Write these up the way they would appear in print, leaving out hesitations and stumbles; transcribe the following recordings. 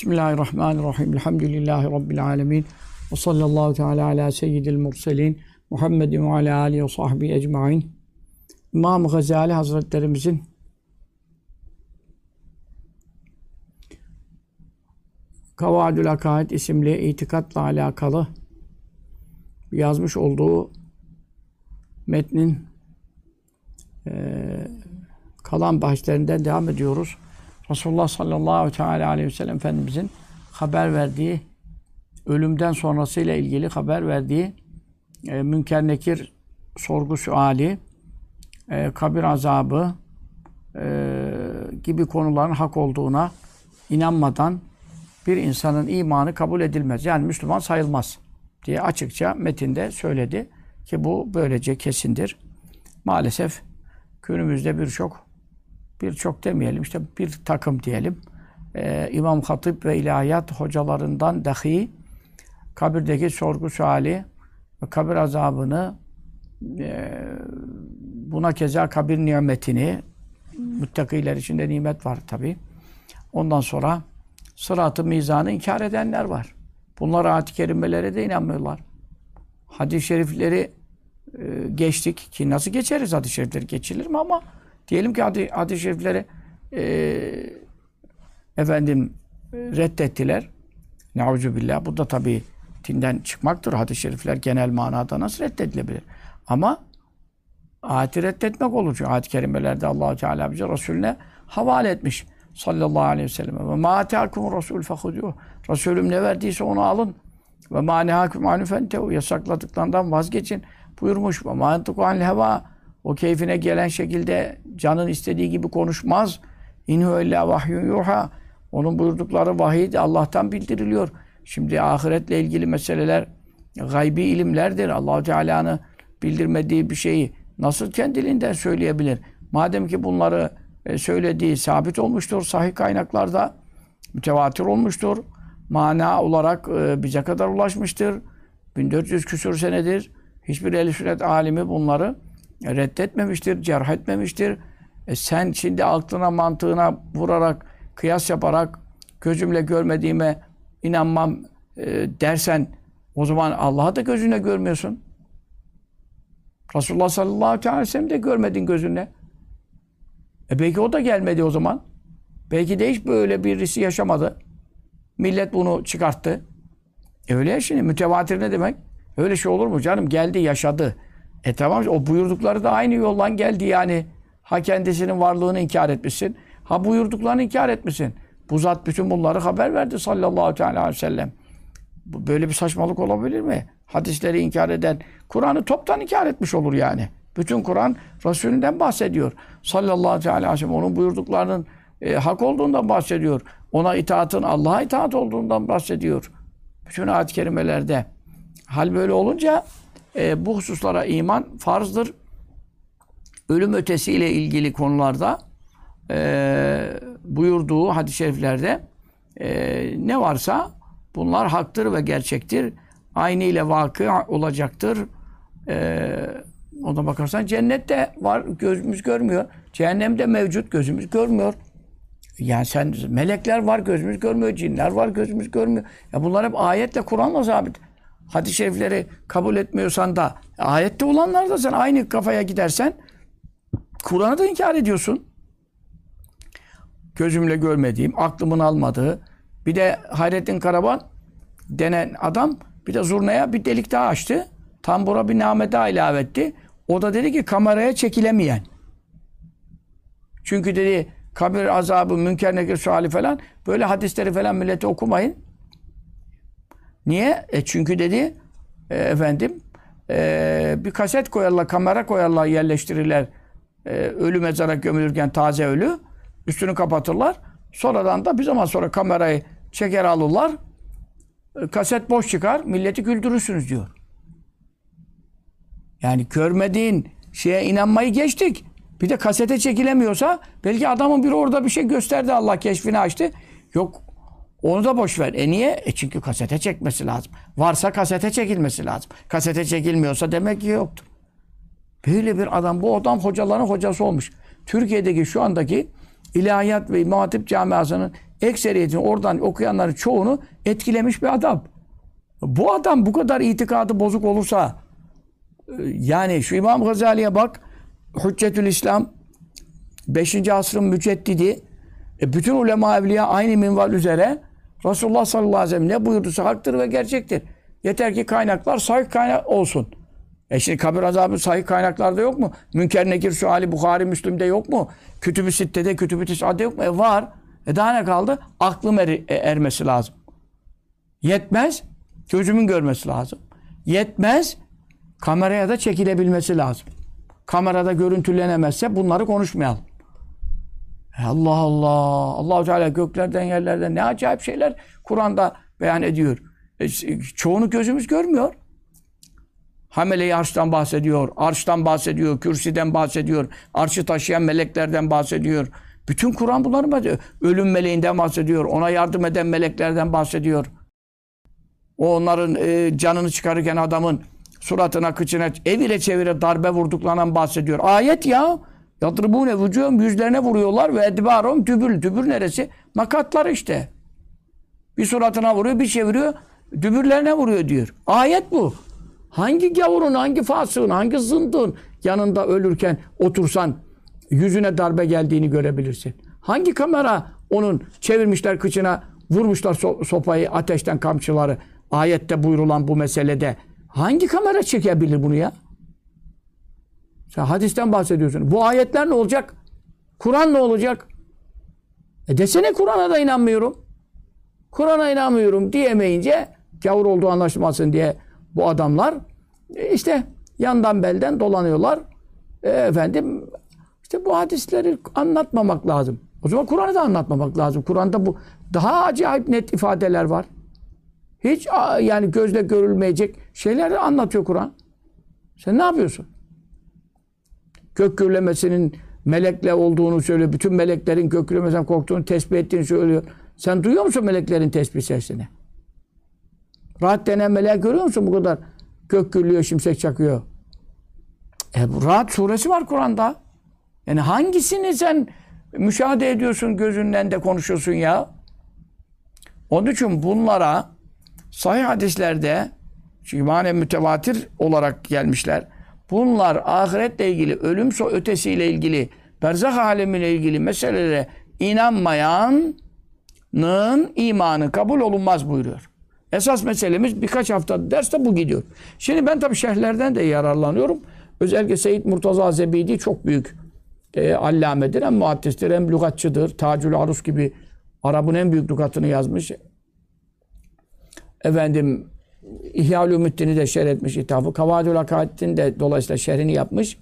Bismillahirrahmanirrahim. Elhamdülillahi Rabbil alemin. Ve sallallahu teala ala seyyidil murselin. Muhammedin ve ala alihi ve sahbihi ecmain. İmam-ı Gazali Hazretlerimizin Kavaidül Akaid isimli itikatla alakalı yazmış olduğu metnin kalan bahislerinden devam ediyoruz. Resulullah sallallahu teala aleyhi ve sellem Efendimizin haber verdiği, ölümden sonrasıyla ilgili haber verdiği Münker Nekir sorgu suali, kabir azabı gibi konuların hak olduğuna inanmadan bir insanın imanı kabul edilmez. Yani Müslüman sayılmaz diye açıkça metinde söyledi ki bu böylece kesindir. Maalesef günümüzde birçok demeyelim, işte bir takım diyelim. İmam Hatip ve ilahiyat hocalarından dahi kabirdeki sorgu suali ve kabir azabını, buna keza kabir nimetini, müttakiler içinde nimet var tabi. Ondan sonra sırat-ı mizanı inkar edenler var. Bunlar ayet-i kerimelere de inanmıyorlar. Hadis-i şerifleri geçtik ki nasıl geçeriz, hadis-i şerifleri geçilir mi, ama diyelim ki hadis-i şerifleri reddettiler. Neuzubillah. Bu da tabii dinden çıkmaktır. Hadis-i şerifler genel manada nasıl reddedilebilir? Ama ayeti reddetmek olur. Çünkü ayet-i kerimelerde Allah-u Teala bize Resulüne havale etmiş. Sallallahu aleyhi ve sellem. Ve mâ teâkumur rasûl fehudûh. Resulüm ne verdiyse onu alın. Ve mâ nehâkum anhu fentehu. Yasakladıklarından vazgeçin buyurmuş. Ve mâ entıku anil hevâ. O keyfine gelen şekilde canın istediği gibi konuşmaz. İnhu illa vahyun yuha. Onun buyurdukları vahiy Allah'tan bildiriliyor. Şimdi ahiretle ilgili meseleler gaybi ilimlerdir. Allah-u Teala'nın bildirmediği bir şeyi nasıl kendiliğinden söyleyebilir? Madem ki bunları söylediği sabit olmuştur, sahih kaynaklarda mütevatir olmuştur. Mana olarak bize kadar ulaşmıştır. 1400 küsur senedir hiçbir ehl-i sünnet alimi bunları reddetmemiştir, cerh etmemiştir. Sen şimdi aklına, mantığına vurarak, kıyas yaparak gözümle görmediğime inanmam dersen, o zaman Allah'ı da gözüne görmüyorsun. Resulullah sallallahu aleyhi ve sellem de görmedin gözünle. Belki o da gelmedi o zaman. Belki de hiç böyle birisi yaşamadı. Millet bunu çıkarttı. Öyle ya şimdi. Mütevatir ne demek? Öyle şey olur mu canım? Geldi, yaşadı. Tamam, o buyurdukları da aynı yoldan geldi yani. Ha kendisinin varlığını inkar etmişsin, ha buyurduklarını inkar etmişsin. Bu zat bütün bunları haber verdi sallallahu aleyhi ve sellem. Böyle bir saçmalık olabilir mi? Hadisleri inkar eden, Kur'an'ı toptan inkar etmiş olur yani. Bütün Kur'an Resulünden bahsediyor. Sallallahu aleyhi ve sellem onun buyurduklarının hak olduğundan bahsediyor. Ona itaatın Allah'a itaat olduğundan bahsediyor. Bütün ayet-i kerimelerde. Hal böyle olunca bu hususlara iman farzdır. Ölüm ötesiyle ilgili konularda buyurduğu hadis-i şeriflerde ne varsa bunlar haktır ve gerçektir. Aynı ile vakı olacaktır. Ona bakarsan cennette var, gözümüz görmüyor. Cehennemde mevcut, gözümüz görmüyor. Yani melekler var, gözümüz görmüyor. Cinler var, gözümüz görmüyor. Ya bunlar hep ayetle, Kur'an'la sabit. Hadis-i şerifleri kabul etmiyorsan da ayette olanlar da sen aynı kafaya gidersen Kur'an'ı da inkar ediyorsun. Gözümle görmediğim, aklımın almadığı. Bir de Hayrettin Karaban denen adam bir de zurnaya bir delik daha açtı. Tambura bir name daha ilave etti. O da dedi ki kameraya çekilemeyen. Çünkü dedi kabir azabı, Münker Nekir suali falan, böyle hadisleri falan millete okumayın. Niye? Çünkü dedi bir kaset koyarlar, kamera koyarlar, yerleştirirler. Ölü mezara gömülürken, taze ölü. Üstünü kapatırlar. Sonradan da bir zaman sonra kamerayı çeker alırlar. Kaset boş çıkar. Milleti güldürürsünüz diyor. Yani görmediğin şeye inanmayı geçtik. Bir de kasete çekilemiyorsa belki adamın biri orada bir şey gösterdi, Allah keşfini açtı. Yok, onu da boş ver. Niye? Çünkü kasete çekmesi lazım. Varsa kasete çekilmesi lazım. Kasete çekilmiyorsa demek ki yoktur. Böyle bir adam, bu adam hocaların hocası olmuş. Türkiye'deki şu andaki ilahiyat ve İmam Hatip camiasının ekseriyetini oradan okuyanların çoğunu etkilemiş bir adam. Bu adam bu kadar itikadı bozuk olursa yani şu İmam Gazali'ye bak, Hüccetül İslam 5. asrın müceddidi, bütün ulema evliya aynı minval üzere Resulullah sallallahu aleyhi ve sellem ne buyurduysa haktır ve gerçektir. Yeter ki kaynaklar sahih kaynak olsun. Şimdi kabir azabı sahih kaynaklarda yok mu? Münker Nekir Suali Bukhari Müslim'de yok mu? Kütüb-i Sitte'de, Kütüb-i Tis'a'da yok mu? Var. Daha ne kaldı? Aklım ermesi lazım. Yetmez. Gözümün görmesi lazım. Yetmez. Kameraya da çekilebilmesi lazım. Kamerada görüntülenemezse bunları konuşmayalım. Allah Allah. Allah-u Teala göklerden yerlerden ne acayip şeyler Kur'an'da beyan ediyor. Çoğunu gözümüz görmüyor. Hamele-i arştan bahsediyor, arştan bahsediyor, kürsiden bahsediyor, arşı taşıyan meleklerden bahsediyor. Bütün Kur'an bunları bahsediyor. Ölüm meleğinden bahsediyor, ona yardım eden meleklerden bahsediyor. O onların canını çıkarırken adamın suratına, kıçına, evire çevire darbe vurduklarından bahsediyor. Ayet ya. Yadribune vücuhum, yüzlerine vuruyorlar ve edbarum dübür. Dübür neresi? Makatlar işte. Bir suratına vuruyor, bir çeviriyor, dübürlerine vuruyor diyor. Ayet bu. Hangi gavurun, hangi fasığın, hangi zındığın yanında ölürken otursan yüzüne darbe geldiğini görebilirsin. Hangi kamera onun çevirmişler kıçına, vurmuşlar sopayı, ateşten kamçıları, ayette buyurulan bu meselede. Hangi kamera çekebilir bunu ya? Sen hadisten bahsediyorsun. Bu ayetler ne olacak? Kur'an ne olacak? Desene Kur'an'a da inanmıyorum. Kur'an'a inanmıyorum diyemeyince gavur olduğu anlaşılmasın diye bu adamlar işte yandan belden dolanıyorlar. Efendim işte bu hadisleri anlatmamak lazım. O zaman Kur'an'ı da anlatmamak lazım. Kur'an'da bu daha acayip net ifadeler var. Hiç yani gözle görülmeyecek şeyleri anlatıyor Kur'an. Sen ne yapıyorsun? Gök gürlemesinin melekle olduğunu söylüyor. Bütün meleklerin gök gürlemesinden korktuğunu tespih ettiğini söylüyor. Sen duyuyor musun meleklerin tesbih sesini? Rahat denen meleği görüyor musun bu kadar? Gök gürlüyor, şimşek çakıyor. Bu Rahat suresi var Kur'an'da. Yani hangisini sen müşahede ediyorsun, gözünden de konuşuyorsun ya? Onun için bunlara sahih hadislerde imanen mütevatir olarak gelmişler. Bunlar ahiretle ilgili, ölüm ötesiyle ilgili, berzah alemiyle ilgili meselelere inanmayanın imanı kabul olunmaz buyuruyor. Esas meselemiz birkaç hafta derste bu gidiyor. Şimdi ben tabii şerhlerden de yararlanıyorum. Özellikle Seyyid Murtaza Zebidi çok büyük allamedir. Hem muhaddistir hem lügatçıdır. Tacül Arus gibi Arap'ın en büyük lügatını yazmış. Efendim İhya-ül-Ümiddin'i de şerh etmiş ithafı. Kavadül Akaddin de dolayısıyla şerhini yapmış.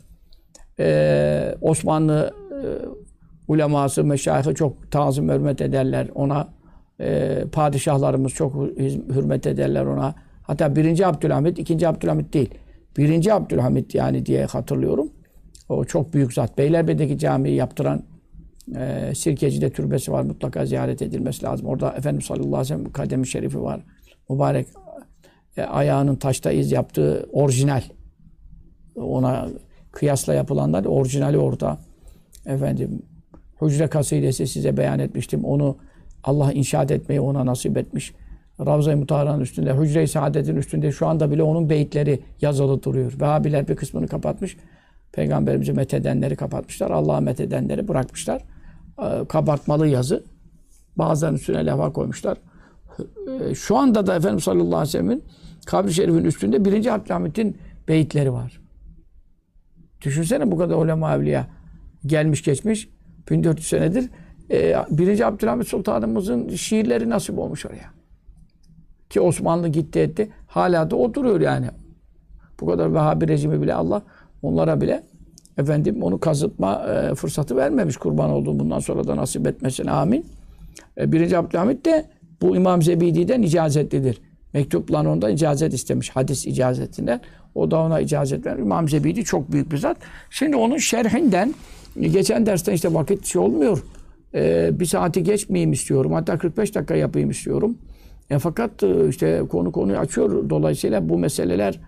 Osmanlı uleması, meşayihı çok tazim, hürmet ederler ona. Padişahlarımız çok hürmet ederler ona. Hatta 1. Abdülhamit, 2. Abdülhamit değil. 1. Abdülhamit yani diye hatırlıyorum. O çok büyük zat. Beylerbeyi'deki camiyi yaptıran Sirkeci'de türbesi var. Mutlaka ziyaret edilmesi lazım. Orada Efendimiz sallallahu aleyhi ve sellem kademi şerifi var. Mübarek ayağının taşta iz yaptığı orijinal. Ona kıyasla yapılanlar orijinali orada. Efendim Hucre kasidesi size beyan etmiştim. Onu Allah inşaat etmeyi ona nasip etmiş. Ravza-i Mutahara'nın üstünde, Hücre-i Saadet'in üstünde şu anda bile onun beyitleri yazılı duruyor. Vehhabiler bir kısmını kapatmış. Peygamberimizi methedenleri kapatmışlar. Allah'ı methedenleri bırakmışlar. Kabartmalı yazı. Bazılarının üstüne levha koymuşlar. Şu anda da Efendimiz sallallahu aleyhi ve sellem'in kabri şerifin üstünde 1. Abdülhamit'in beyitleri var. Düşünsene bu kadar ulema evliya gelmiş geçmiş 1400 senedir 1. Abdülhamit Sultanımızın şiirleri nasip olmuş oraya. Ki Osmanlı gitti etti. Hala da o duruyor yani. Bu kadar Vehhabi rejimi bile Allah onlara bile efendim onu kazıtma fırsatı vermemiş, kurban olduğum bundan sonra da nasip etmesine amin. 1. Abdülhamit de bu İmam Zebidi'den icazetlidir. Mektupla ondan icazet istemiş. Hadis icazetinden. O da ona icazet vermiş. İmam Zebidi çok büyük bir zat. Şimdi onun şerhinden geçen dersten işte vakit şey olmuyor. Bir saati geçmeyeyim istiyorum. Hatta 45 dakika yapayım istiyorum. Fakat işte konuyu açıyor. Dolayısıyla bu meseleler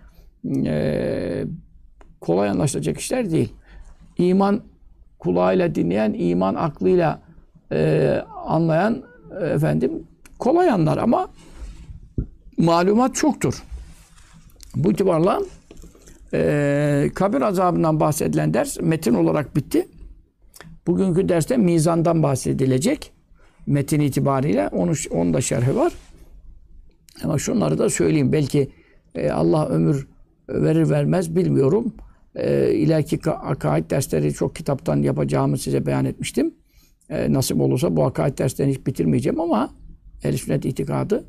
kolay anlaşılacak işler değil. İman kulağıyla dinleyen, iman aklıyla anlayan kolay anlar ama malumat çoktur. Bu itibarla kabir azabından bahsedilen ders metin olarak bitti. Bugünkü derste mizandan bahsedilecek. Metin itibariyle onun da şerhi var. Ama şunları da söyleyeyim. Belki Allah ömür verir vermez bilmiyorum. İleriki akaid dersleri çok kitaptan yapacağımı size beyan etmiştim. Nasip olursa bu akaid derslerini hiç bitirmeyeceğim ama Ehl-i Sünnet itikadı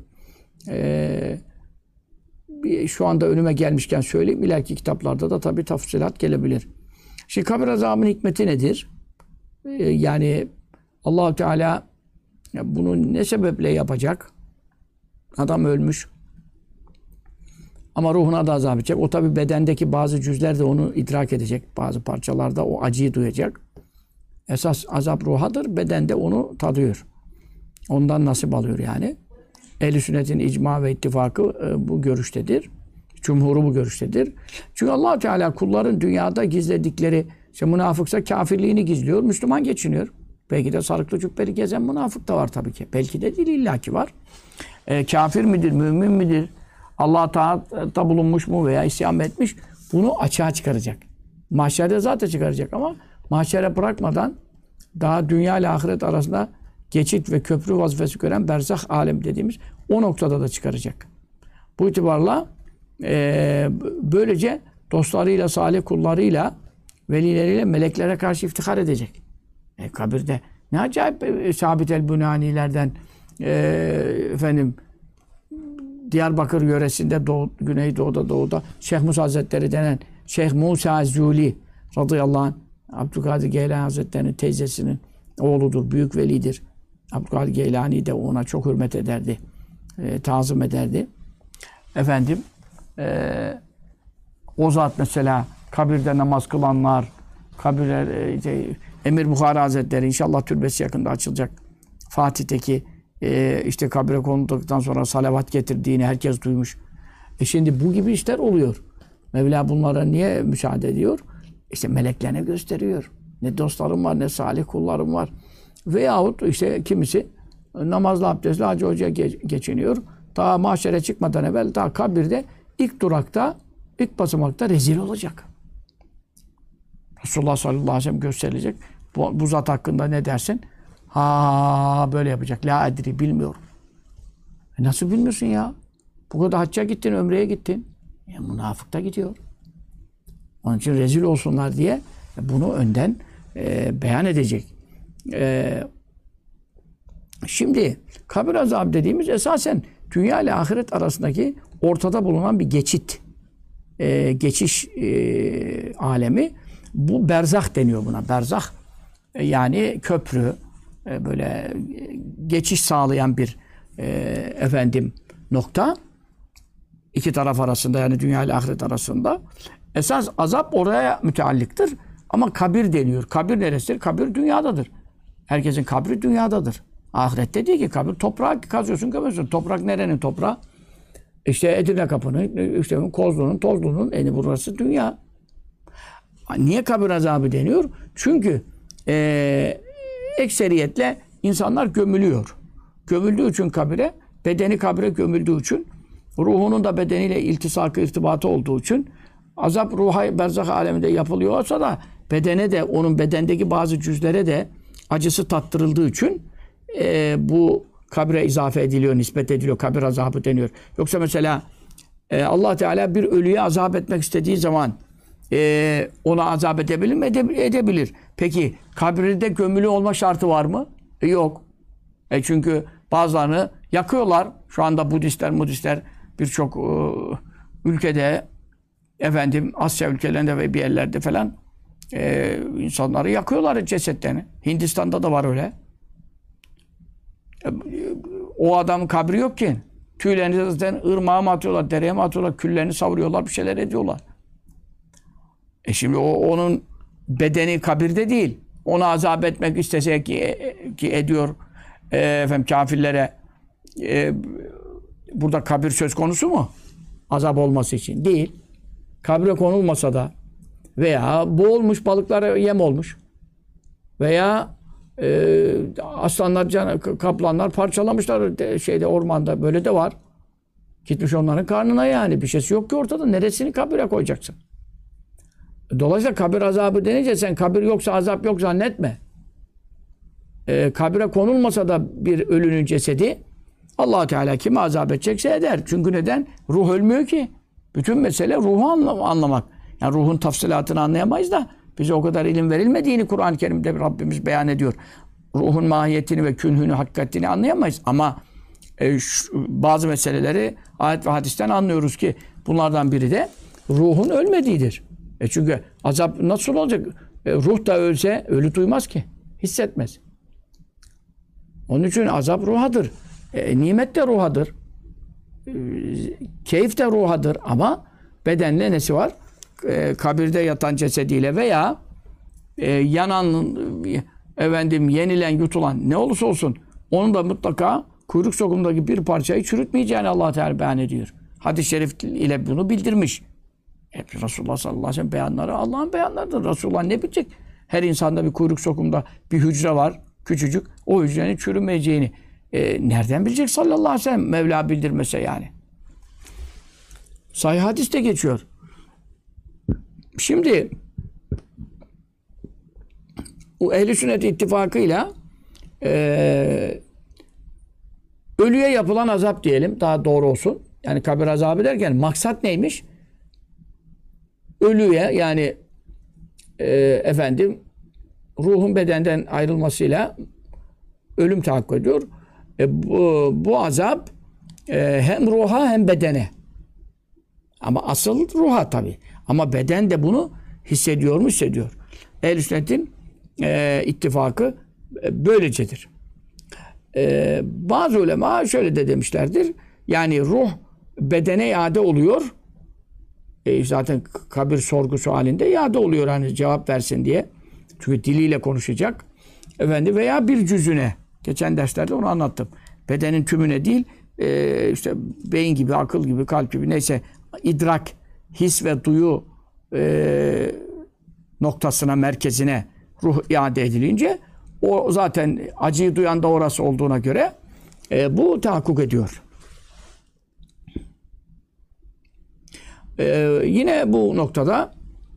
şu anda önüme gelmişken söyleyeyim. İleriki kitaplarda da tabii tafsilat gelebilir. Şimdi kabir azabının hikmeti nedir? Yani Allah-u Teala bunu ne sebeple yapacak? Adam ölmüş. Ama ruhuna da azap edecek. O tabi bedendeki bazı cüzler de onu idrak edecek. Bazı parçalarda o acıyı duyacak. Esas azap ruhadır. Bedende onu tadıyor. Ondan nasip alıyor yani. Ehl-i Sünnet'in icma ve ittifakı bu görüştedir. Cumhuru bu görüştedir. Çünkü Allah Teala kulların dünyada gizledikleri, işte münafıksa kafirliğini gizliyor, Müslüman geçiniyor. Belki de sarıklı cübbeli gezen münafık da var tabii ki. Belki de değil, illaki var. Kafir midir, mümin midir? Allah'a taatta bulunmuş mu veya isyan etmiş? Bunu açığa çıkaracak. Mahşerde zaten çıkaracak ama mahşere bırakmadan daha dünya ile ahiret arasında geçit ve köprü vazifesi gören berzah alem dediğimiz o noktada da çıkaracak. Bu itibarla böylece dostlarıyla, salih kullarıyla, velileriyle meleklere karşı iftihar edecek. Kabirde ne acayip Sabit el-Bunani'lerden Diyarbakır yöresinde Güneydoğu'da Şeyh Musa Hazretleri denen Şeyh Musa Zuli radıyallahu anh Abdülkadir Geylani Hazretleri'nin teyzesinin oğludur. Büyük velidir. Abdülkadir Geylani de ona çok hürmet ederdi. Tazım ederdi. O zat mesela kabirde namaz kılanlar, kabirler, Emir Bukhari Hazretleri inşallah türbesi yakında açılacak. Fatih'teki işte kabire konulduktan sonra salavat getirdiğini herkes duymuş. Şimdi bu gibi işler oluyor. Mevla bunlara niye müsaade ediyor? İşte meleklerine gösteriyor. Ne dostlarım var, ne salih kullarım var. Veyahut işte kimisi namazlı, abdestli, hacı hocaya geçiniyor. Daha mahşere çıkmadan evvel, daha kabirde ilk durakta, ilk basamakta rezil olacak. Resulullah sallallahu aleyhi ve sellem gösterilecek. Bu zat hakkında ne dersin? Ha böyle yapacak. La edri, bilmiyorum. Nasıl bilmiyorsun ya? Bu kadar hacca gittin, ömreye gittin. Münafık da gidiyor. Onun için rezil olsunlar diye bunu önden beyan edecek. Şimdi kabir azabı dediğimiz esasen dünya ile ahiret arasındaki ortada bulunan bir geçit. Geçiş alemi. Bu berzah deniyor buna. Berzah yani köprü, böyle geçiş sağlayan bir nokta. İki taraf arasında, yani dünya ile ahiret arasında. Esas azap oraya müteallıktır. Ama kabir deniyor. Kabir neresidir? Kabir dünyadadır. Herkesin kabri dünyadadır. Ahirette değil ki kabir. Toprağı kazıyorsun, gömüyorsun. Toprak nerenin toprağı? İşte Edirne Kapı'nın, işte Kozlu'nun, Tozlu'nun, burası dünya. Niye kabir azabı deniyor? Çünkü ekseriyetle insanlar gömülüyor. Gömüldüğü için kabire, bedeni kabire gömüldüğü için, ruhunun da bedeniyle iltisakı, irtibatı olduğu için azap ruha berzah aleminde yapılıyorsa da bedene de, onun bedendeki bazı cüzlere de acısı tattırıldığı için bu kabre izafe ediliyor, nispet ediliyor, kabir azabı deniyor. Yoksa mesela Allah Teala bir ölüye azap etmek istediği zaman ona azap edebilir mi? Edebilir. Peki kabirde gömülü olma şartı var mı? Yok. Çünkü bazılarını yakıyorlar. Şu anda Budistler birçok ülkede, Asya ülkelerinde ve bir yerlerde falan insanları yakıyorlar cesetlerini. Hindistan'da da var öyle. O adamın kabri yok ki. Tüylerini zaten ırmağa mı atıyorlar, dereye mi atıyorlar, küllerini savuruyorlar, bir şeyler ediyorlar. Şimdi onun bedeni kabirde değil. Ona azap etmek istese ki ediyor kafirlere. Burada kabir söz konusu mu? Azap olması için. Değil. Kabre konulmasa da veya boğulmuş balıklara yem olmuş veya Aslanlar, kaplanlar parçalamışlar şeyde, ormanda. Böyle de var. Gitmiş onların karnına yani. Bir şeysi yok ki ortada. Neresini kabire koyacaksın? Dolayısıyla kabir azabı denince sen kabir yoksa azap yok zannetme. Kabire konulmasa da bir ölünün cesedi Allah Teala kimi azap edecekse eder. Çünkü neden? Ruh ölmüyor ki. Bütün mesele ruhu anlamak. Yani ruhun tafsilatını anlayamayız da bize o kadar ilim verilmediğini Kur'an-ı Kerim'de Rabbimiz beyan ediyor. Ruhun mahiyetini ve künhünü, hakikatini anlayamayız. Ama bazı meseleleri ayet ve hadisten anlıyoruz ki bunlardan biri de ruhun ölmediğidir. Çünkü azap nasıl olacak? Ruh da ölse ölü duymaz ki. Hissetmez. Onun için azap ruhadır. Nimet de ruhadır. Keyif de ruhadır. Ama bedenle nesi var? Kabirde yatan cesediyle veya yanan, yenilen, yutulan ne olursa olsun onun da mutlaka kuyruk sokumundaki bir parçayı çürütmeyeceğini Allah Teala beyan ediyor. Hadis-i şerif ile bunu bildirmiş. Resulullah sallallahu aleyhi ve sellem beyanları Allah'ın beyanlarıdır. Resulullah ne bilecek? Her insanda bir kuyruk sokumunda bir hücre var. Küçücük. O hücrenin çürümeyeceğini nereden bilecek sallallahu aleyhi ve sellem? Mevla bildirmese yani. Sahih hadiste geçiyor. Şimdi o Ehl-i Sünnet ittifakıyla ölüye yapılan azap diyelim. Daha doğru olsun. Yani kabir azabı derken maksat neymiş? Ölüye yani ruhun bedenden ayrılmasıyla ölüm tahakkuk ediyor. Bu azap hem ruha hem bedene. Ama asıl ruha tabii. Ama beden de bunu hissediyor mu? Hissediyor. Ehl-i Sünnet'in ittifakı böylecedir. Bazı ulema şöyle de demişlerdir. Yani ruh bedene iade oluyor. Zaten kabir sorgusu halinde iade oluyor hani cevap versin diye. Çünkü diliyle konuşacak. Veya bir cüzüne. Geçen derslerde onu anlattım. Bedenin tümüne değil, işte beyin gibi, akıl gibi, kalp gibi neyse idrak, his ve duyu noktasına, merkezine ruh iade edilince o zaten acıyı duyan da orası olduğuna göre bu tahakkuk ediyor. Yine bu noktada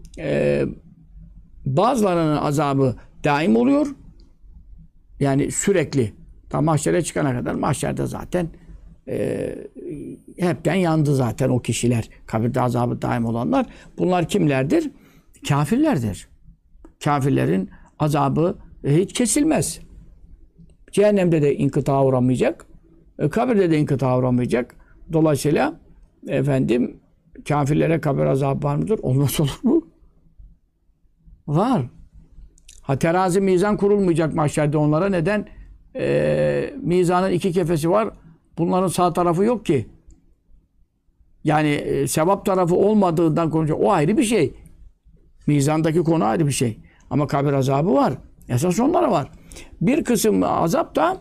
bazılarının azabı daim oluyor. Yani sürekli. Tam mahşere çıkana kadar mahşerde zaten hepten yandı zaten o kişiler. Kabirde azabı daim olanlar. Bunlar kimlerdir? Kafirlerdir. Kafirlerin azabı hiç kesilmez. Cehennemde de inkıtağa uğramayacak. Kabirde de inkıtağa uğramayacak. Dolayısıyla kafirlere kabir azabı var mıdır? Olmaz olur mu? Var. Terazi mizan kurulmayacak mahşerde onlara. Neden? Mizanın iki kefesi var. Bunların sağ tarafı yok ki. Yani sevap tarafı olmadığından konuşacak. O ayrı bir şey. Mizandaki konu ayrı bir şey. Ama kabir azabı var. Esas onlara var. Bir kısım azap da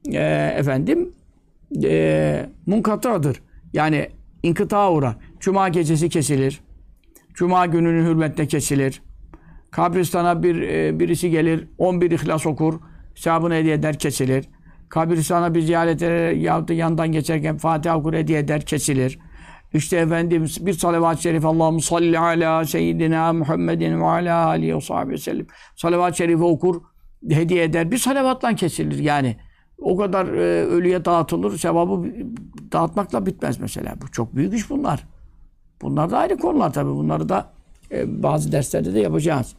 munkatıdır. Yani inkıtağa uğrar. Cuma gecesi kesilir. Cuma gününün hürmetine kesilir. Kabristana birisi gelir, 11 İhlas okur, sevabını hediye eder, kesilir. Kabristana bir ziyaret eder, yahut yandan geçerken Fatiha okur, hediye eder, kesilir. İşte bir salavat-ı şerif, Allahümme salli ala seyyidina Muhammedin ve ala alihi ve sahibi sellem. Salavat-ı şerifi okur, hediye eder. Bir salavatla kesilir yani. O kadar ölüye dağıtılır, sevabı dağıtmakla bitmez mesela. Bu çok büyük iş bunlar. Bunlar da ayrı konular tabii. Bunları da bazı derslerde de yapacağız.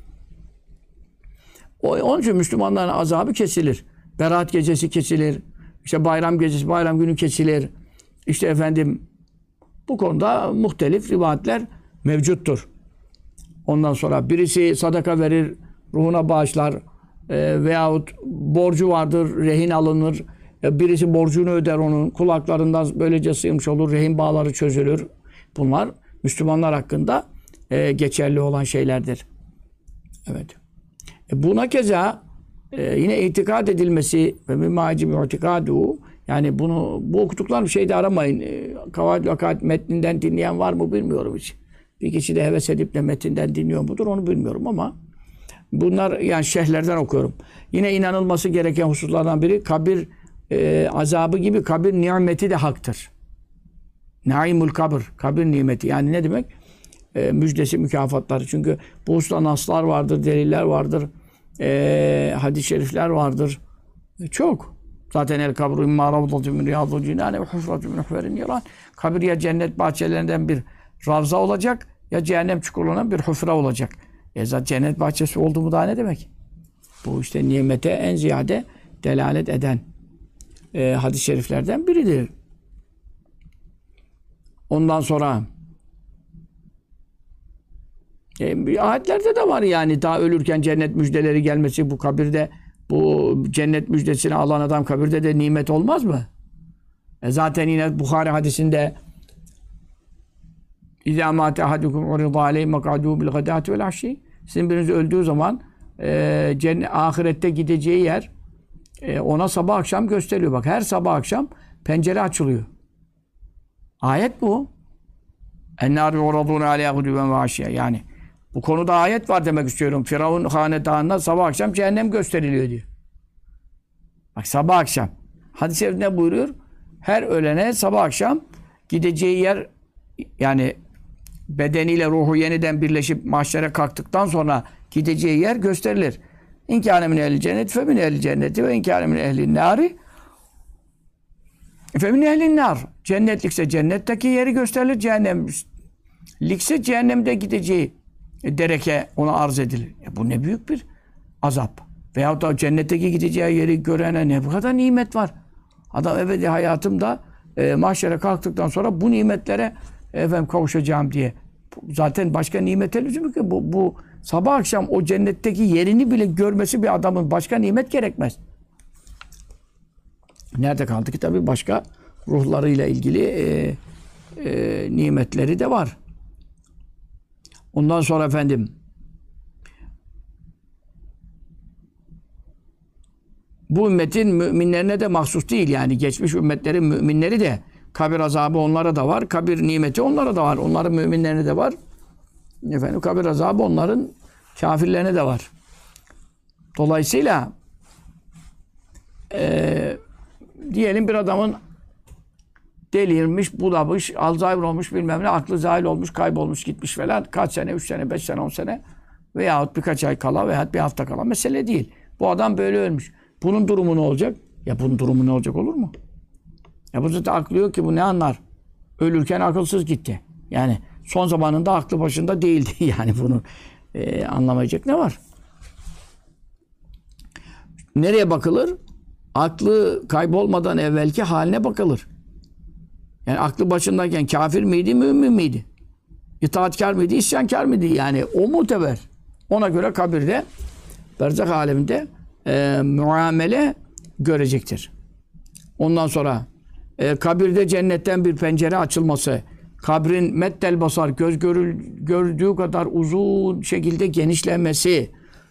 Onun için Müslümanların azabı kesilir. Berat gecesi kesilir. İşte bayram gecesi, bayram günü kesilir. İşte bu konuda muhtelif rivayetler mevcuttur. Ondan sonra birisi sadaka verir, ruhuna bağışlar veyahut borcu vardır, rehin alınır. Birisi borcunu öder onun. Kulaklarından böylece sıymış olur, rehin bağları çözülür. Bunlar Müslümanlar hakkında geçerli olan şeylerdir. Evet. Buna keza yine itikad edilmesi ve mimâci bi'tikâdû, yani bu okuduklarım şeyde aramayın. Kavaid-i Vakâid metninden dinleyen var mı bilmiyorum hiç. Bir kişi de heves edip de metinden dinliyor mudur onu bilmiyorum ama Bunlar yani şeyhlerden okuyorum. Yine inanılması gereken hususlardan biri kabir azabı gibi kabir nimeti de haktır. Naimul kabir, kabir nimeti. Yani ne demek? Müjdesi, mükafatları. Çünkü bu hususta naslar vardır, deliller vardır, hadis-i şerifler vardır. Çok. Zaten el kabru imma ravdatun min riyadul cinane ve hufratun min hufverin niran. Kabir ya cennet bahçelerinden bir ravza olacak ya cehennem çukurlarından bir hufra olacak. Zaten cennet bahçesi oldu mu daha ne demek? Bu işte nimete en ziyade delalet eden hadis-i şeriflerden biridir. Ondan sonra ayetlerde de var yani daha ölürken cennet müjdeleri gelmesi bu kabirde bu cennet müjdesini alan adam kabirde de nimet olmaz mı? Zaten yine Bukhari hadisinde İzâ mâte ahadukum uridâ aleyhi mak'adû bil gadâti vel aşşî. Sizin biriniz öldüğü zaman ahirette gideceği yer ona sabah akşam gösteriliyor. Bak her sabah akşam pencere açılıyor. Ayet bu. En-nâri uradûne aleyhâ gudûven ve aşşî. Yani bu konuda ayet var demek istiyorum. Firavun hanedanına sabah akşam cehennem gösteriliyor diyor. Bak sabah akşam. Hadis-i şerif ne buyuruyor? Her ölene sabah akşam gideceği yer yani bedeniyle ruhu yeniden birleşip mahşere kalktıktan sonra gideceği yer gösterilir. İnkâne min ehl-i cennet fe min ehl-i cenneti ve inkâne min ehl-i nâri fe min ehl-i nâr. Cennetlikse cennetteki yeri gösterilir. Cehennemlikse cehennemde gideceği dereke ona arz edilir. Bu ne büyük bir azap. Veyahut da cennetteki gideceği yeri görene ne bu kadar nimet var. Adam ebedi hayatımda mahşere kalktıktan sonra bu nimetlere kavuşacağım diye. Zaten başka nimete lüzum ki bu sabah akşam o cennetteki yerini bile görmesi bir adamın başka nimet gerekmez. Nerede kaldı ki tabii başka ruhlarıyla ilgili nimetleri de var. Ondan sonra efendim bu ümmetin müminlerine de mahsus değil. Yani geçmiş ümmetlerin müminleri de kabir azabı onlara da var. Kabir nimeti onlara da var. Onların müminlerine de var. Efendim kabir azabı onların kafirlerine de var. Dolayısıyla diyelim bir adamın delirmiş, budamış, Alzheimer olmuş bilmem ne, aklı zahil olmuş, kaybolmuş, gitmiş falan. Kaç sene, 3 sene, 5 sene, 10 sene veyahut birkaç ay kala veyahut bir hafta kala mesele değil. Bu adam böyle ölmüş. Bunun durumu ne olacak? Ya bunun durumu ne olacak olur mu? Ya bu zaten aklı yok ki bu ne anlar? Ölürken akılsız gitti. Yani son zamanında aklı başında değildi. Yani bunu anlamayacak ne var? Nereye bakılır? Aklı kaybolmadan evvelki haline bakılır. Yani aklı başındayken kafir miydi, mümin miydi? İtaatkar mıydı, isyankar mıydı? Yani o muteber. Ona göre kabirde, berzak aleminde muamele görecektir. Ondan sonra kabirde cennetten bir pencere açılması, kabrin meddel basar, göz gördüğü kadar uzun şekilde genişlemesi.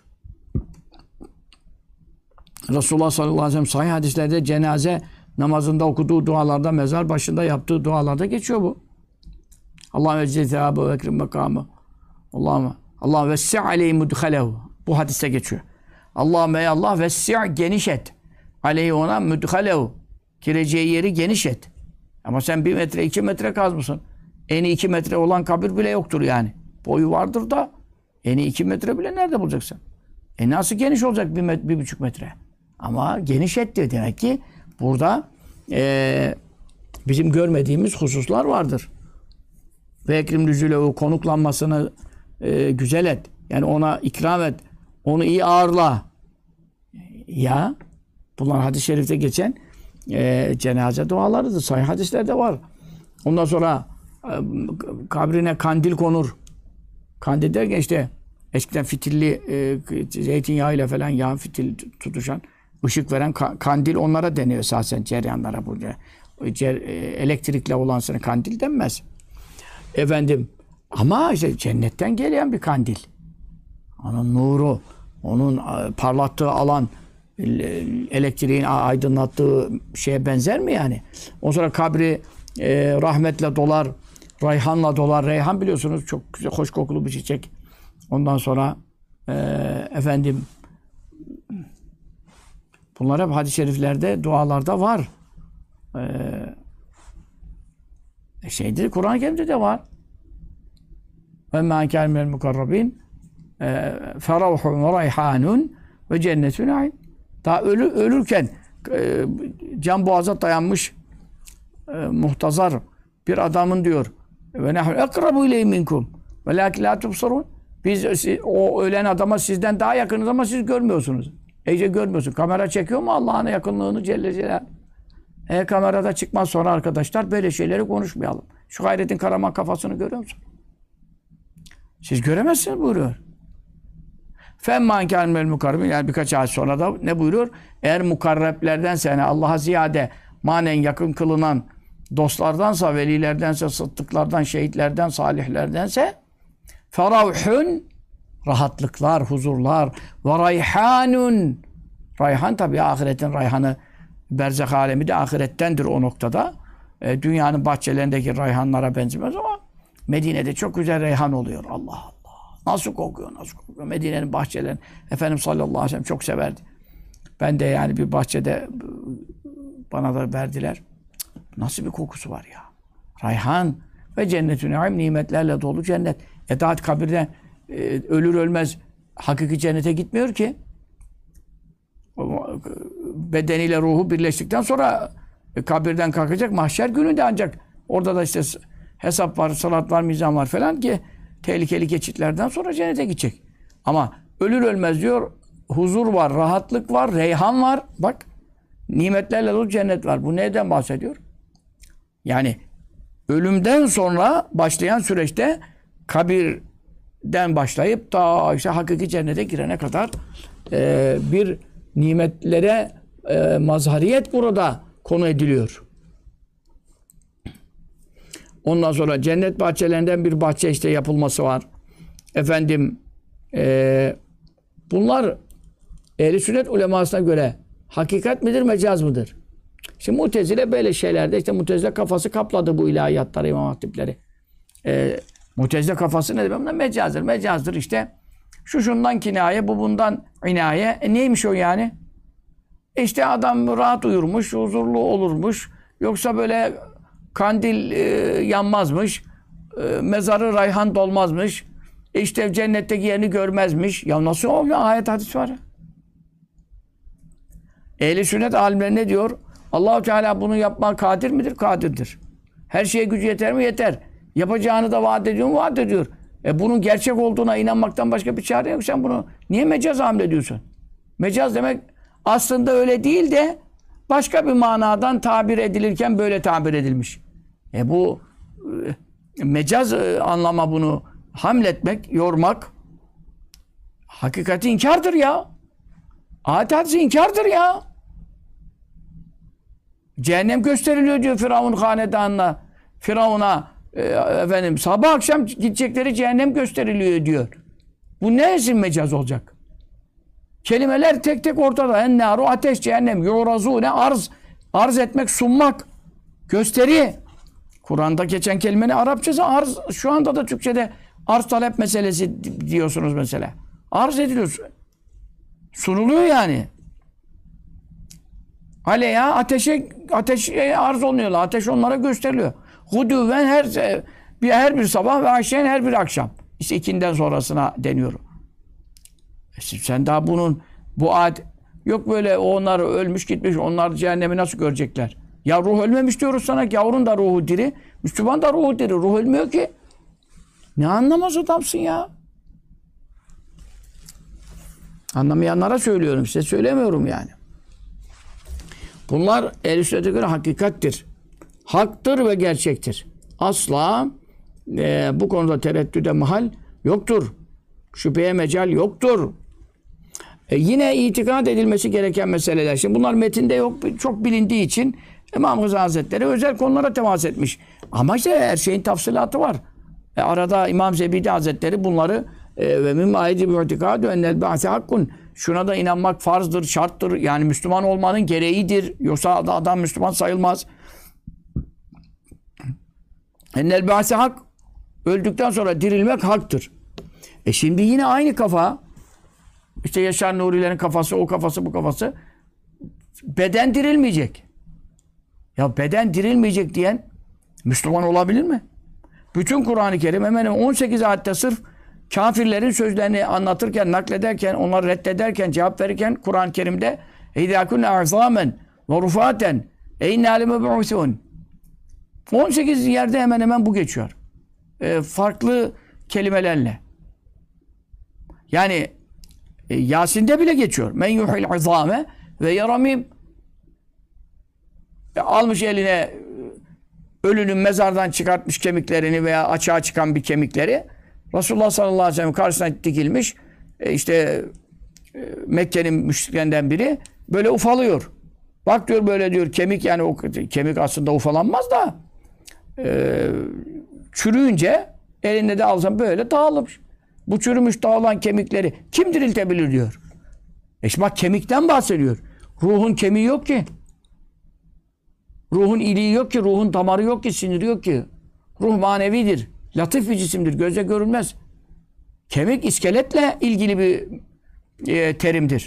Resulullah sallallahu aleyhi ve sellem sahih hadislerde cenaze namazında okuduğu dualarda, mezar başında yaptığı dualarda geçiyor bu. Allahümme ecce sevâbe ve ekrim mekamı. Allahümme vessi' aleyhi mudhalehu. Bu hadiste geçiyor. Allahümme ey Allah vessi' geniş et. Aleyhi ona mudhalehu. Gireceği yeri geniş et. Ama sen 1 metre, 2 metre kazmışsın. Eni 2 metre olan kabir bile yoktur yani. Boyu vardır da eni 2 metre bile nerede bulacaksın? Nasıl geniş olacak 1,5 metre? Ama geniş etti. Demek ki burada bizim görmediğimiz hususlar vardır. Ve ekrim nüzülehu konuklanmasını güzel et. Yani ona ikram et. Onu iyi ağırla. Ya bunlar hadis-i şerifte geçen cenaze dualarıdır. Sahih hadislerde var. Ondan sonra kabrine kandil konur. Kandil derken işte eskiden fitilli zeytinyağıyla falan yağ fitil tutuşan ışık veren kandil onlara deniyor esasen ceryanlara burada. Elektrikle olan sana kandil denmez. Efendim ama işte cennetten gelen bir kandil. Onun nuru, onun parlattığı alan elektriğin aydınlattığı şeye benzer mi yani? Ondan sonra kabri rahmetle dolar, rayhanla dolar. Reyhan biliyorsunuz çok güzel, hoş kokulu bir çiçek. Ondan sonra efendim bunlar hep hadis-i şeriflerde, dualarda var. Şeydir, Kur'an-ı Kerim'de de var. Ve mâ kâne minel mukarrabîn ferâhun ve rayhânun ve cennetun na'im. Daha ölürken can boğaza dayanmış muhtazar bir adamın diyor ve nahnu akrabu ileyhi minkum velâkin lâ tubsarûn. Biz o ölen adama sizden daha yakınız ama siz görmüyorsunuz. İyice görmüyorsun. Kamera çekiyor mu Allah'ın yakınlığını Celle Celaluhu? Kamerada çıkmaz sonra arkadaşlar böyle şeyleri konuşmayalım. Şu Hayrettin Karaman kafasını görüyor musun? Siz göremezsiniz buyuruyor. Femman kânemel mukarrabîn, yani birkaç ayet sonra da ne buyuruyor? Eğer mukarreplerdense, yani Allah'a ziyade manen yakın kılınan dostlardansa, velilerdense, sıddıklardan, şehitlerden, salihlerdense ferahun, rahatlıklar, huzurlar ve rayhanun. Rayhan tabii ahiretin rayhanı, berzah alemi de ahirettendir o noktada. Dünyanın bahçelerindeki rayhanlara benzemez ama Medine'de çok güzel reyhan oluyor. Allah Allah. Nasıl kokuyor, nasıl kokuyor. Medine'nin bahçelerini Efendimiz sallallahu aleyhi ve sellem çok severdi. Ben de yani bir bahçede bana da verdiler. Nasıl bir kokusu var ya. Rayhan ve cennetün na'im, nimetlerle dolu cennet. Daha kabirden ölür ölmez hakiki cennete gitmiyor ki. Bedeniyle ruhu birleştikten sonra kabirden kalkacak, mahşer gününde ancak orada da işte hesap var, salat var, mizan var falan ki tehlikeli geçitlerden sonra cennete gidecek. Ama ölür ölmez diyor, huzur var, rahatlık var, reyhan var. Bak, nimetlerle dolu cennet var. Bu neden bahsediyor? Yani ölümden sonra başlayan süreçte kabirden başlayıp ta işte hakiki cennete girene kadar bir nimetlere mazhariyet burada konu ediliyor. Ondan sonra cennet bahçelerinden bir bahçe işte yapılması var. Efendim bunlar ehl-i sünnet ulemasına göre hakikat midir, mecaz mıdır? Şimdi Mutezile böyle şeylerde, işte Mutezile kafası kapladı bu ilahiyatları, imam hatipleri. Mutezile kafası ne demek? Mecazdır. Mecazdır işte. Şu şundan kinaye, bu bundan inaye. Neymiş o yani? İşte adam rahat uyurmuş, huzurlu olurmuş. Yoksa böyle kandil yanmazmış. Mezarı rayhan dolmazmış. İşte cennetteki yerini görmezmiş. Ya nasıl oluyor? Ayet hadis var. Ehl-i sünnet alimleri ne diyor? Allah-u Teala bunu yapmak kadir midir? Kadirdir. Her şeye gücü yeter mi? Yeter. Yapacağını da vaat ediyor mu? Vaat ediyor. Bunun gerçek olduğuna inanmaktan başka bir çare yok. Sen bunu niye mecaz hamlediyorsun? Mecaz demek aslında öyle değil de başka bir manadan tabir edilirken böyle tabir edilmiş. Bu mecaz anlama bunu hamletmek, yormak hakikati inkardır ya. Ayet hadisi inkardır ya. Cehennem gösteriliyor diyor Firavun hanedanına. Firavun'a efendim sabah akşam gidecekleri cehennem gösteriliyor diyor. Bu ne için mecaz olacak? Kelimeler tek tek ortada. Ennâru ateş, cehennem, yurazûne arz etmek, sunmak, gösteri. Kur'an'da geçen kelimenin Arapçası arz. Şu anda da Türkçe'de arz talep meselesi diyorsunuz mesela. Arz ediliyor. Sunuluyor yani. Aleyha ateşe arz oluyorlar. Ateş onlara gösteriliyor. Hudüven her bir sabah ve aşen her bir akşam. İşte ikinden sonrasına deniyor. Sen daha bu ad yok böyle onlar ölmüş gitmiş, onlar cehennemi nasıl görecekler? Ya ruh ölmemiş diyoruz sana, yavrun da ruhu diri, Müslüman da ruhu diri, ruh ölmüyor ki. Ne anlamaz adamsın ya? Anlamayanlara söylüyorum, size söylemiyorum yani. Bunlar ehl-i sünnete göre hakikattir. Haktır ve gerçektir. Asla bu konuda tereddüde mahal yoktur. Şüpheye mecal yoktur. Yine itikad edilmesi gereken meseleler. Şimdi bunlar metinde yok, çok bilindiği için İmam Gazali Hazretleri özel konulara temas etmiş. Ama işte her şeyin tafsilatı var. Arada İmam Zebidi Hazretleri bunları ve mimma yecibu itikadu ennel ba'se hakkun. Şuna da inanmak farzdır, şarttır. Yani Müslüman olmanın gereğidir. Yoksa adam Müslüman sayılmaz. Ennel ba'se hak. Öldükten sonra dirilmek haktır. Şimdi yine aynı kafa İşte Yaşar Nuri'lerin kafası, o kafası, bu kafası. Beden dirilmeyecek. Ya beden dirilmeyecek diyen Müslüman olabilir mi? Bütün Kur'an-ı Kerim hemen 18 ayette sırf kafirlerin sözlerini anlatırken, naklederken, onları reddederken, cevap verirken Kur'an-ı Kerim'de اِذَا كُنَّ اَعْظَامًا وَرُفَاتًا اَيْنَا لِمَبْعُثُونَ 18 yerde hemen hemen bu geçiyor. Farklı kelimelerle. Yani Yasin'de bile geçiyor. Men yuhil izame ve yaramim. Almış eline ölünün mezardan çıkartmış kemiklerini veya açığa çıkan bir kemikleri. Resulullah sallallahu aleyhi ve sellem karşısına dikilmiş. Mekke'nin müşriklerinden biri böyle ufalıyor. Bak diyor böyle diyor kemik, yani o kemik aslında ufalanmaz da çürüyünce elinde de alsam böyle dağılmış. Bu çürümüş dağılan kemikleri kim diriltebilir diyor. İşte bak kemikten bahsediyor. Ruhun kemiği yok ki. Ruhun iliği yok ki. Ruhun damarı yok ki. Siniri yok ki. Ruh manevidir. Latif bir cisimdir. Göze görülmez. Kemik iskeletle ilgili bir terimdir.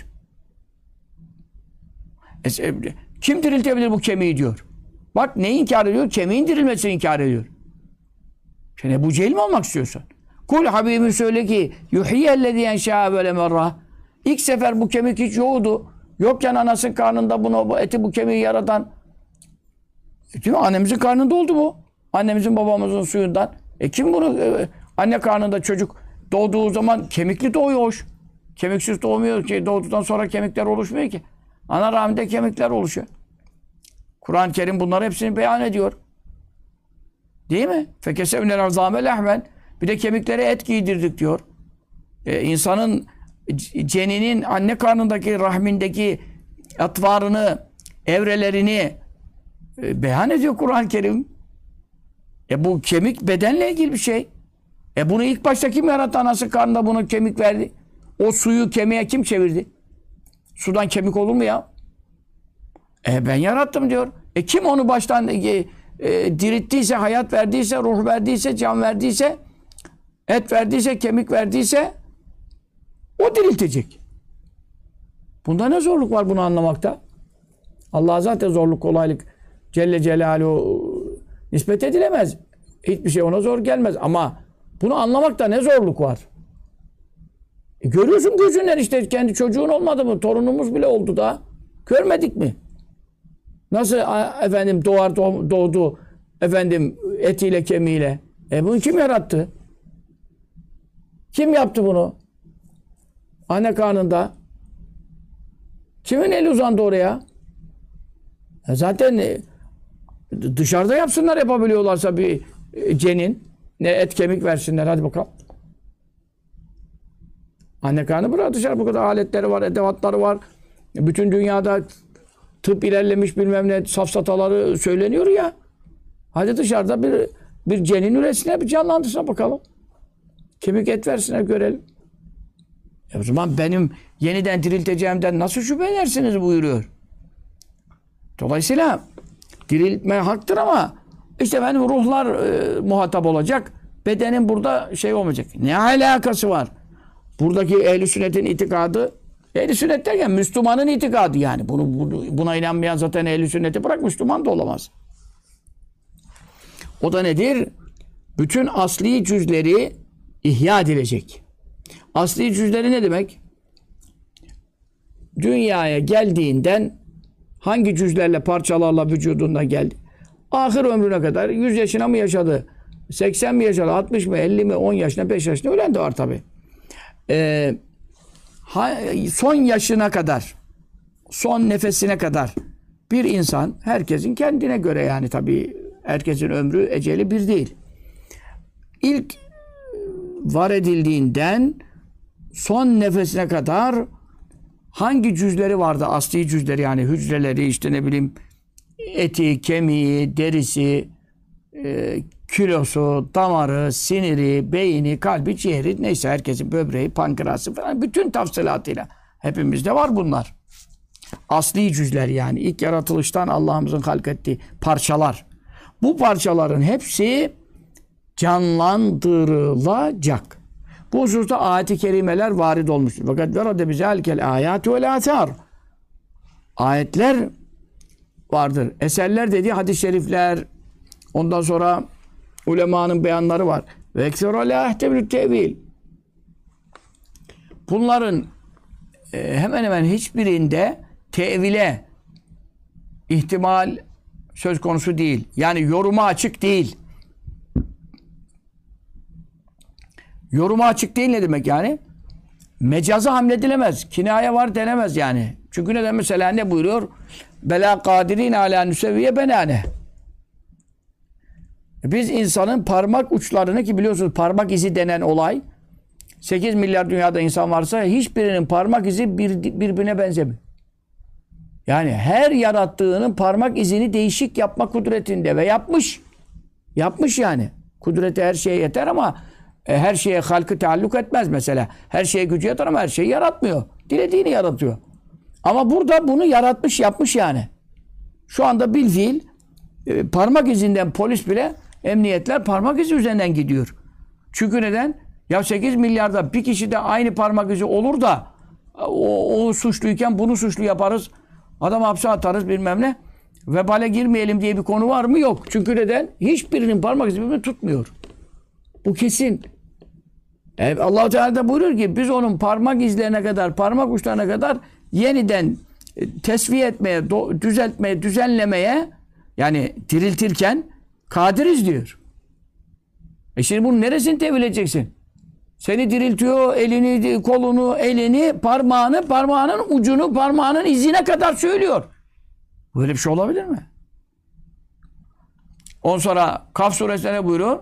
Kim diriltebilir bu kemiği diyor. Bak neyi inkar ediyor? Kemiğin dirilmesini inkar ediyor. Sen Ebu Cehil mi olmak istiyorsun? Kul Habibim söyle ki yuhiyyellezî enşâ böyle merra. İlk sefer bu kemik hiç yoktu. Yokken anasının karnında bunu, eti, bu kemiği yaratan, değil mi? Annemizin karnında oldu bu. Annemizin babamızın suyundan. Kim bunu anne karnında çocuk doğduğu zaman kemikli doğuyor. Kemiksiz doğmuyor ki. Doğduktan sonra kemikler oluşmuyor ki. Ana rahminde kemikler oluşuyor. Kur'an-ı Kerim bunları hepsini beyan ediyor. Değil mi? Fekesevnel arzâme lehmen. Bir de kemiklere et giydirdik diyor. İnsanın ceninin anne karnındaki, rahmindeki atvarını, evrelerini beyan ediyor Kur'an-ı Kerim. Bu kemik bedenle ilgili bir şey. Bunu ilk başta kim yarattı? Anası karnında bunu kemik verdi. O suyu kemiğe kim çevirdi? Sudan kemik olur mu ya? Ben yarattım diyor. Kim onu baştan dirittiyse, hayat verdiyse, ruh verdiyse, can verdiyse, et verdiyse, kemik verdiyse o diriltecek. Bunda ne zorluk var bunu anlamakta? Allah'a zaten zorluk, kolaylık Celle Celaluhu nispet edilemez. Hiçbir şey ona zor gelmez. Ama bunu anlamakta ne zorluk var? Görüyorsun gözünden işte, kendi çocuğun olmadı mı? Torunumuz bile oldu da. Görmedik mi? Nasıl efendim doğdu efendim etiyle kemiğiyle. Bunu kim yarattı? Kim yaptı bunu? Anne karnında. Kimin eli uzandı oraya? Zaten dışarıda yapsınlar, yapabiliyorlarsa bir cenin. Ne et kemik versinler, hadi bakalım. Anne karnı bırak, dışarı bu kadar aletleri var, edevatları var. Bütün dünyada tıp ilerlemiş, bilmem ne safsataları söyleniyor ya. Hadi dışarıda bir cenin üretsinler, bir canlandırsın bakalım. Kemik et versinler, görelim. O zaman benim yeniden dirilteceğimden nasıl şüphe edersiniz buyuruyor. Dolayısıyla diriltme haktır ama işte benim ruhlar muhatap olacak. Bedenin burada şey olmayacak. Ne alakası var? Buradaki ehl-i sünnetin itikadı, ehl-i sünnet derken Müslümanın itikadı yani. Buna inanmayan zaten ehl-i sünneti bırak, Müslüman da olamaz. O da nedir? Bütün asli cüzleri ihya edilecek. Asli cüzleri ne demek? Dünyaya geldiğinden hangi cüzlerle, parçalarla vücudundan geldi? Ahir ömrüne kadar 100 yaşına mı yaşadı? 80 mi yaşadı? 60 mı? 50 mi? 10 yaşına, 5 yaşına ölen de var tabi. Son yaşına kadar, son nefesine kadar bir insan, herkesin kendine göre yani tabi, herkesin ömrü, eceli bir değil. İlk var edildiğinden son nefesine kadar hangi cüzleri vardı? Asli cüzleri yani hücreleri, işte ne bileyim eti, kemiği, derisi, kilosu, damarı, siniri, beyni, kalbi, ciğeri, neyse herkesin böbreği, pankreası falan bütün tafsilatıyla. Hepimizde var bunlar. Asli cüzler yani ilk yaratılıştan Allah'ımızın halkettiği parçalar. Bu parçaların hepsi canlandırılacak. Bu hususta ayet-i kerimeler varid olmuştur. Fakat verade bizâlikel âyâtu vel âthâr. Ayetler vardır. Eserler dediği hadis-i şerifler, ondan sonra ulemanın beyanları var. Ve ekserâ lâ ehtemilü tevil. Bunların hemen hemen hiçbirinde tevile ihtimal söz konusu değil. Yani yoruma açık değil. Yoruma açık değil ne demek yani? Mecaza hamledilemez. Kinaya var denemez yani. Çünkü neden mesela ne buyuruyor? Bela kadirin ala nüsevviye benane. Biz insanın parmak uçlarını, ki biliyorsunuz parmak izi denen olay, 8 milyar dünyada insan varsa hiçbirinin parmak izi birbirine benzemiyor. Yani her yarattığının parmak izini değişik yapma kudretinde ve yapmış. Yapmış yani. Kudreti her şeye yeter ama her şeye halkı taalluk etmez mesela. Her şeye gücü yeter ama her şeyi yaratmıyor. Dilediğini yaratıyor. Ama burada bunu yaratmış, yapmış yani. Şu anda bilfiil parmak izinden polis bile, emniyetler parmak izi üzerinden gidiyor. Çünkü neden? Ya 8 milyarda bir kişi de aynı parmak izi olur da o suçluyken bunu suçlu yaparız. Adam hapse atarız bilmem ne. Vebale girmeyelim diye bir konu var mı? Yok. Çünkü neden? Hiçbirinin parmak izi birbirini tutmuyor. Bu kesin. Allah-u Teala da buyuruyor ki biz onun parmak izlerine kadar, parmak uçlarına kadar yeniden tesviye etmeye, düzeltmeye, düzenlemeye, yani diriltirken kadiriz diyor. Şimdi bunun neresini tevil edeceksin? Seni diriltiyor, elini, kolunu, elini, parmağını, parmağının ucunu, parmağının izine kadar söylüyor. Böyle bir şey olabilir mi? Ondan sonra Kaf suresine ne buyuruyor?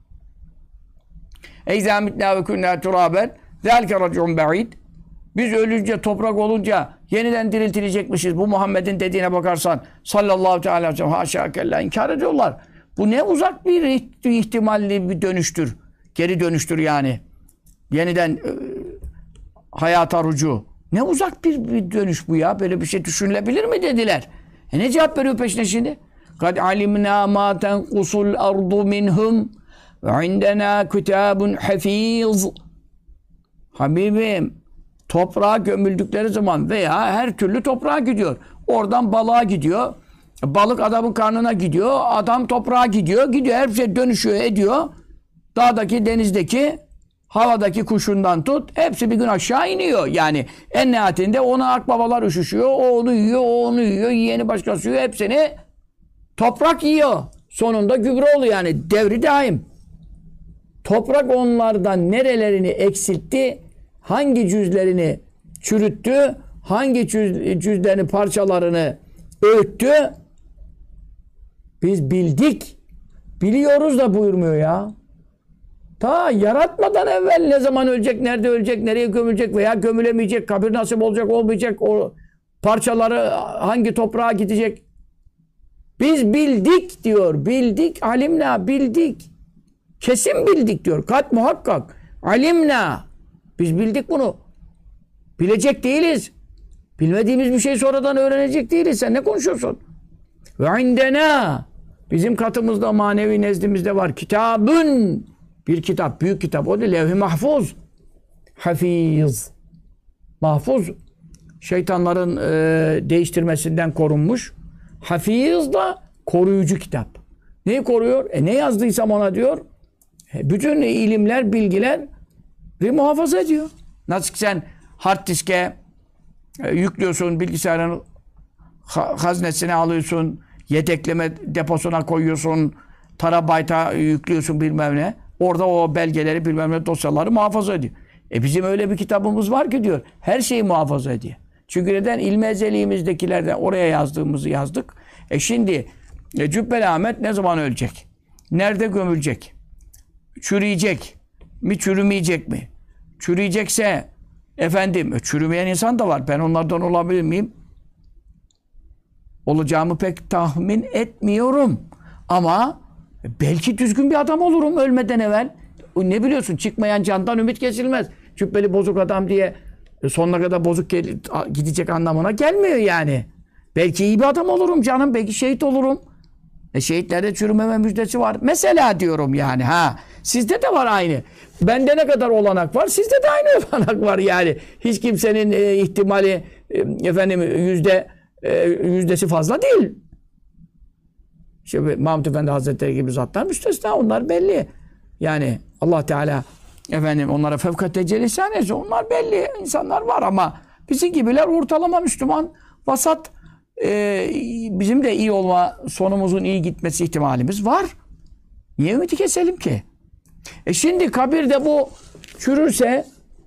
اَيْزَا مِتْنَا وَكُنَّا تُرَابًا ذَلْكَ رَجْعٌ بَعِيدٌ. Biz ölünce, toprak olunca yeniden diriltilecekmişiz. Bu Muhammed'in dediğine bakarsan sallallahu aleyhi ve sellem haşa kella inkar ediyorlar. Bu ne uzak bir ihtimalli bir dönüştür. Geri dönüştür yani. Yeniden hayata rucu. Ne uzak bir dönüş bu ya. Böyle bir şey düşünülebilir mi dediler. Ne cevap veriyor peşine şimdi? قَدْ عَلِمْنَا مَا تَنْقُصُ الْأَرْضُ مِنْهُمْ وَعِنْدَنَا كُتَابٌ حَف۪يظٌ. Habibim, toprağa gömüldükleri zaman veya her türlü toprağa gidiyor. Oradan balığa gidiyor. Balık adamın karnına gidiyor. Adam toprağa gidiyor. Gidiyor. Her şey dönüşüyor, ediyor. Dağdaki, denizdeki, havadaki kuşundan tut. Hepsi bir gün aşağı iniyor. Yani en nihayetinde ona akbabalar üşüşüyor. O onu yiyor, o onu yiyor. Yiyeni başkası yiyor. Hepsini toprak yiyor. Sonunda gübre oluyor yani. Devri daim. Toprak onlardan nerelerini eksiltti, hangi cüzlerini çürüttü, hangi cüzlerini, parçalarını öğüttü. Biz bildik. Biliyoruz da buyurmuyor ya. Ta yaratmadan evvel ne zaman ölecek, nerede ölecek, nereye gömülecek veya gömülemeyecek, kabir nasip olacak, olmayacak, o parçaları hangi toprağa gidecek. Biz bildik diyor. Bildik, alimna, bildik. Kesin bildik diyor. Kat muhakkak. Alimna. Biz bildik bunu. Bilecek değiliz. Bilmediğimiz bir şey sonradan öğrenecek değiliz. Sen ne konuşuyorsun? Ve indena. Bizim katımızda, manevi nezdimizde var. Kitabın. Bir kitap, büyük kitap. O da levh-i mahfuz. Hafiz. Mahfuz. Şeytanların değiştirmesinden korunmuş. Hafiz da koruyucu kitap. Neyi koruyor? Ne yazdıysam ona diyor. Bütün ilimler, bilgiler muhafaza ediyor. Nasıl ki sen hard diske yüklüyorsun, bilgisayarın haznesine alıyorsun, yedekleme deposuna koyuyorsun, terabayta yüklüyorsun bilmem ne. Orada o belgeleri, bilmem ne dosyaları muhafaza ediyor. Bizim öyle bir kitabımız var ki diyor, her şeyi muhafaza ediyor. Çünkü neden? İlmi ezeliğimizdekilerden oraya yazdığımızı yazdık. Şimdi Cübbeli Ahmet ne zaman ölecek? Nerede gömülecek? Çürüyecek mi, çürümeyecek mi? Çürüyecekse efendim, çürümeyen insan da var. Ben onlardan olabilir miyim? Olacağımı pek tahmin etmiyorum. Ama belki düzgün bir adam olurum ölmeden evvel. Ne biliyorsun? Çıkmayan candan ümit kesilmez. Cübbeli bozuk adam diye sonuna kadar bozuk gidecek anlamına gelmiyor yani. Belki iyi bir adam olurum canım. Belki şehit olurum. Şehitlerde çürümeme müjdesi var. Mesela diyorum yani ha. Sizde de var aynı. Bende ne kadar olanak var, sizde de aynı olanak var yani. Hiç kimsenin ihtimali yüzdesi fazla değil. Şimdi Mahmud Efendi Hazretleri gibi zatlar müstesna, onlar belli. Yani Allah Teala onlara fevkat tecelli etse onlar belli insanlar var ama bizim gibiler ortalama Müslüman, vasat, bizim de iyi olma, sonumuzun iyi gitmesi ihtimalimiz var. Niye ümidi keselim ki? Şimdi kabirde bu çürürse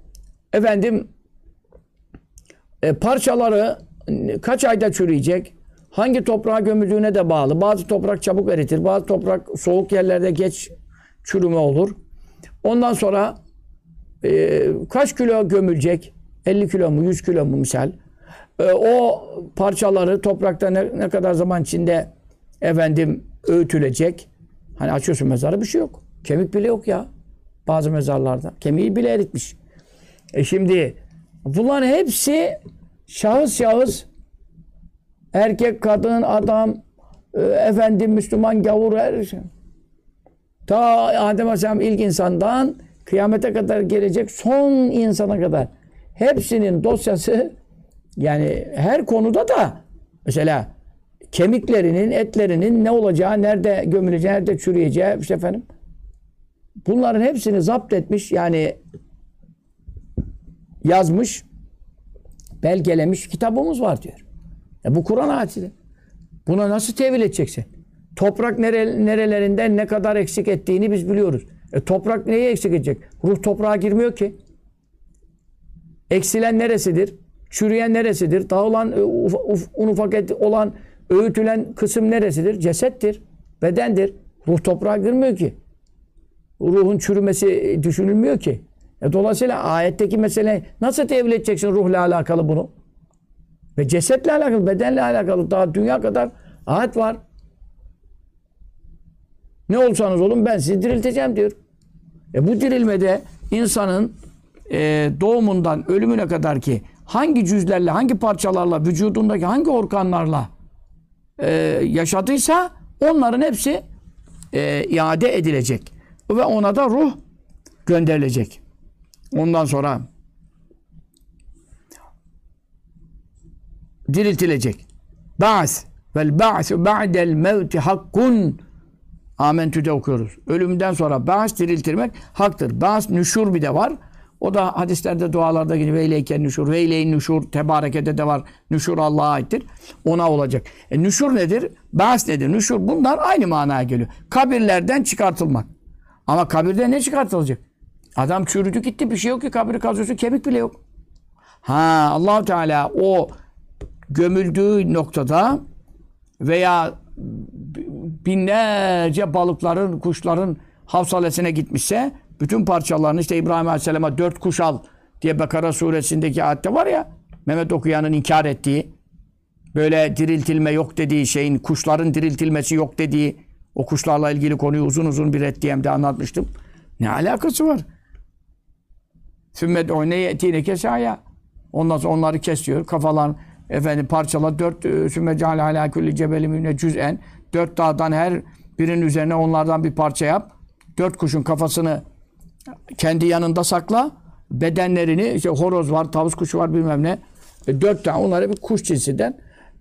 parçaları kaç ayda çürüyecek? Hangi toprağa gömüldüğüne de bağlı. Bazı toprak çabuk eritir. Bazı toprak soğuk yerlerde geç çürüme olur. Ondan sonra kaç kilo gömülecek? 50 kilo mu? 100 kilo mu misal? O parçaları toprakta ne kadar zaman içinde öğütülecek? Hani açıyorsun mezarı, bir şey yok. Kemik bile yok ya. Bazı mezarlarda. Kemiği bile eritmiş. Şimdi bunların hepsi şahıs şahıs, erkek, kadın, adam, Müslüman, gavur, her şey. Ta Adem Aleyhisselam ilk insandan kıyamete kadar gelecek son insana kadar hepsinin dosyası, yani her konuda da mesela kemiklerinin, etlerinin ne olacağı, nerede gömüleceği, nerede çürüyeceği bunların hepsini zapt etmiş, yani yazmış, belgelemiş kitabımız var diyor. Bu Kur'an ayeti. Buna nasıl tevil edeceksin? Toprak nerelerinden ne kadar eksik ettiğini biz biliyoruz. Toprak neyi eksik edecek? Ruh toprağa girmiyor ki. Eksilen neresidir? Çürüyen neresidir? Dağılan, un ufak olan, öğütülen kısım neresidir? Cesettir, bedendir. Ruh toprağa girmiyor ki. Ruhun çürümesi düşünülmüyor ki. Dolayısıyla ayetteki mesele nasıl tevil edeceksin ruhla alakalı bunu? Ve cesetle alakalı, bedenle alakalı daha dünya kadar ayet var. Ne olsanız olun ben sizi dirilteceğim diyor. Bu dirilmede insanın doğumundan ölümüne kadar ki hangi cüzlerle, hangi parçalarla, vücudundaki hangi organlarla yaşadıysa onların hepsi iade edilecek. Ve ona da ruh gönderilecek. Ondan sonra diriltilecek. Ba'as vel ba'su ba'del mevti hakkun. Amentü'de okuyoruz. Ölümden sonra ba'as, diriltilmek haktır. Ba'as, nüşur bir de var. O da hadislerde, dualarda gibi veyleyken nüşur, veyleyin nüşur, tebarekede de var. Nüşur Allah'a aittir. Ona olacak. Nüşur nedir? Ba'as nedir? Nüşur, bunlar aynı manaya geliyor. Kabirlerden çıkartılmak. Ama kabirde ne çıkartılacak? Adam çürüdü gitti, bir şey yok ki, kabri kazıyorsun, kemik bile yok. Allah-u Teala o gömüldüğü noktada veya binlerce balıkların, kuşların havsalesine gitmişse bütün parçalarını, işte İbrahim Aleyhisselam'a 4 kuş al diye Bekara suresindeki ayette var ya, Mehmet okuyanın inkar ettiği, böyle diriltilme yok dediği şeyin, kuşların diriltilmesi yok dediği, o kuşlarla ilgili konuyu uzun uzun bir reddiyemde anlatmıştım. Ne alakası var? Sümmet oynaya etiğine kesaya. Ondan sonra onları kesiyor. Kafalar parçala 4 sümme ceale alâ kulli cebeli minne cüz'en. 4 dağdan her birinin üzerine onlardan bir parça yap. 4 kuşun kafasını kendi yanında sakla. Bedenlerini, işte horoz var, tavus kuşu var, bilmem ne. 4 tane, onları bir kuş cinsinden.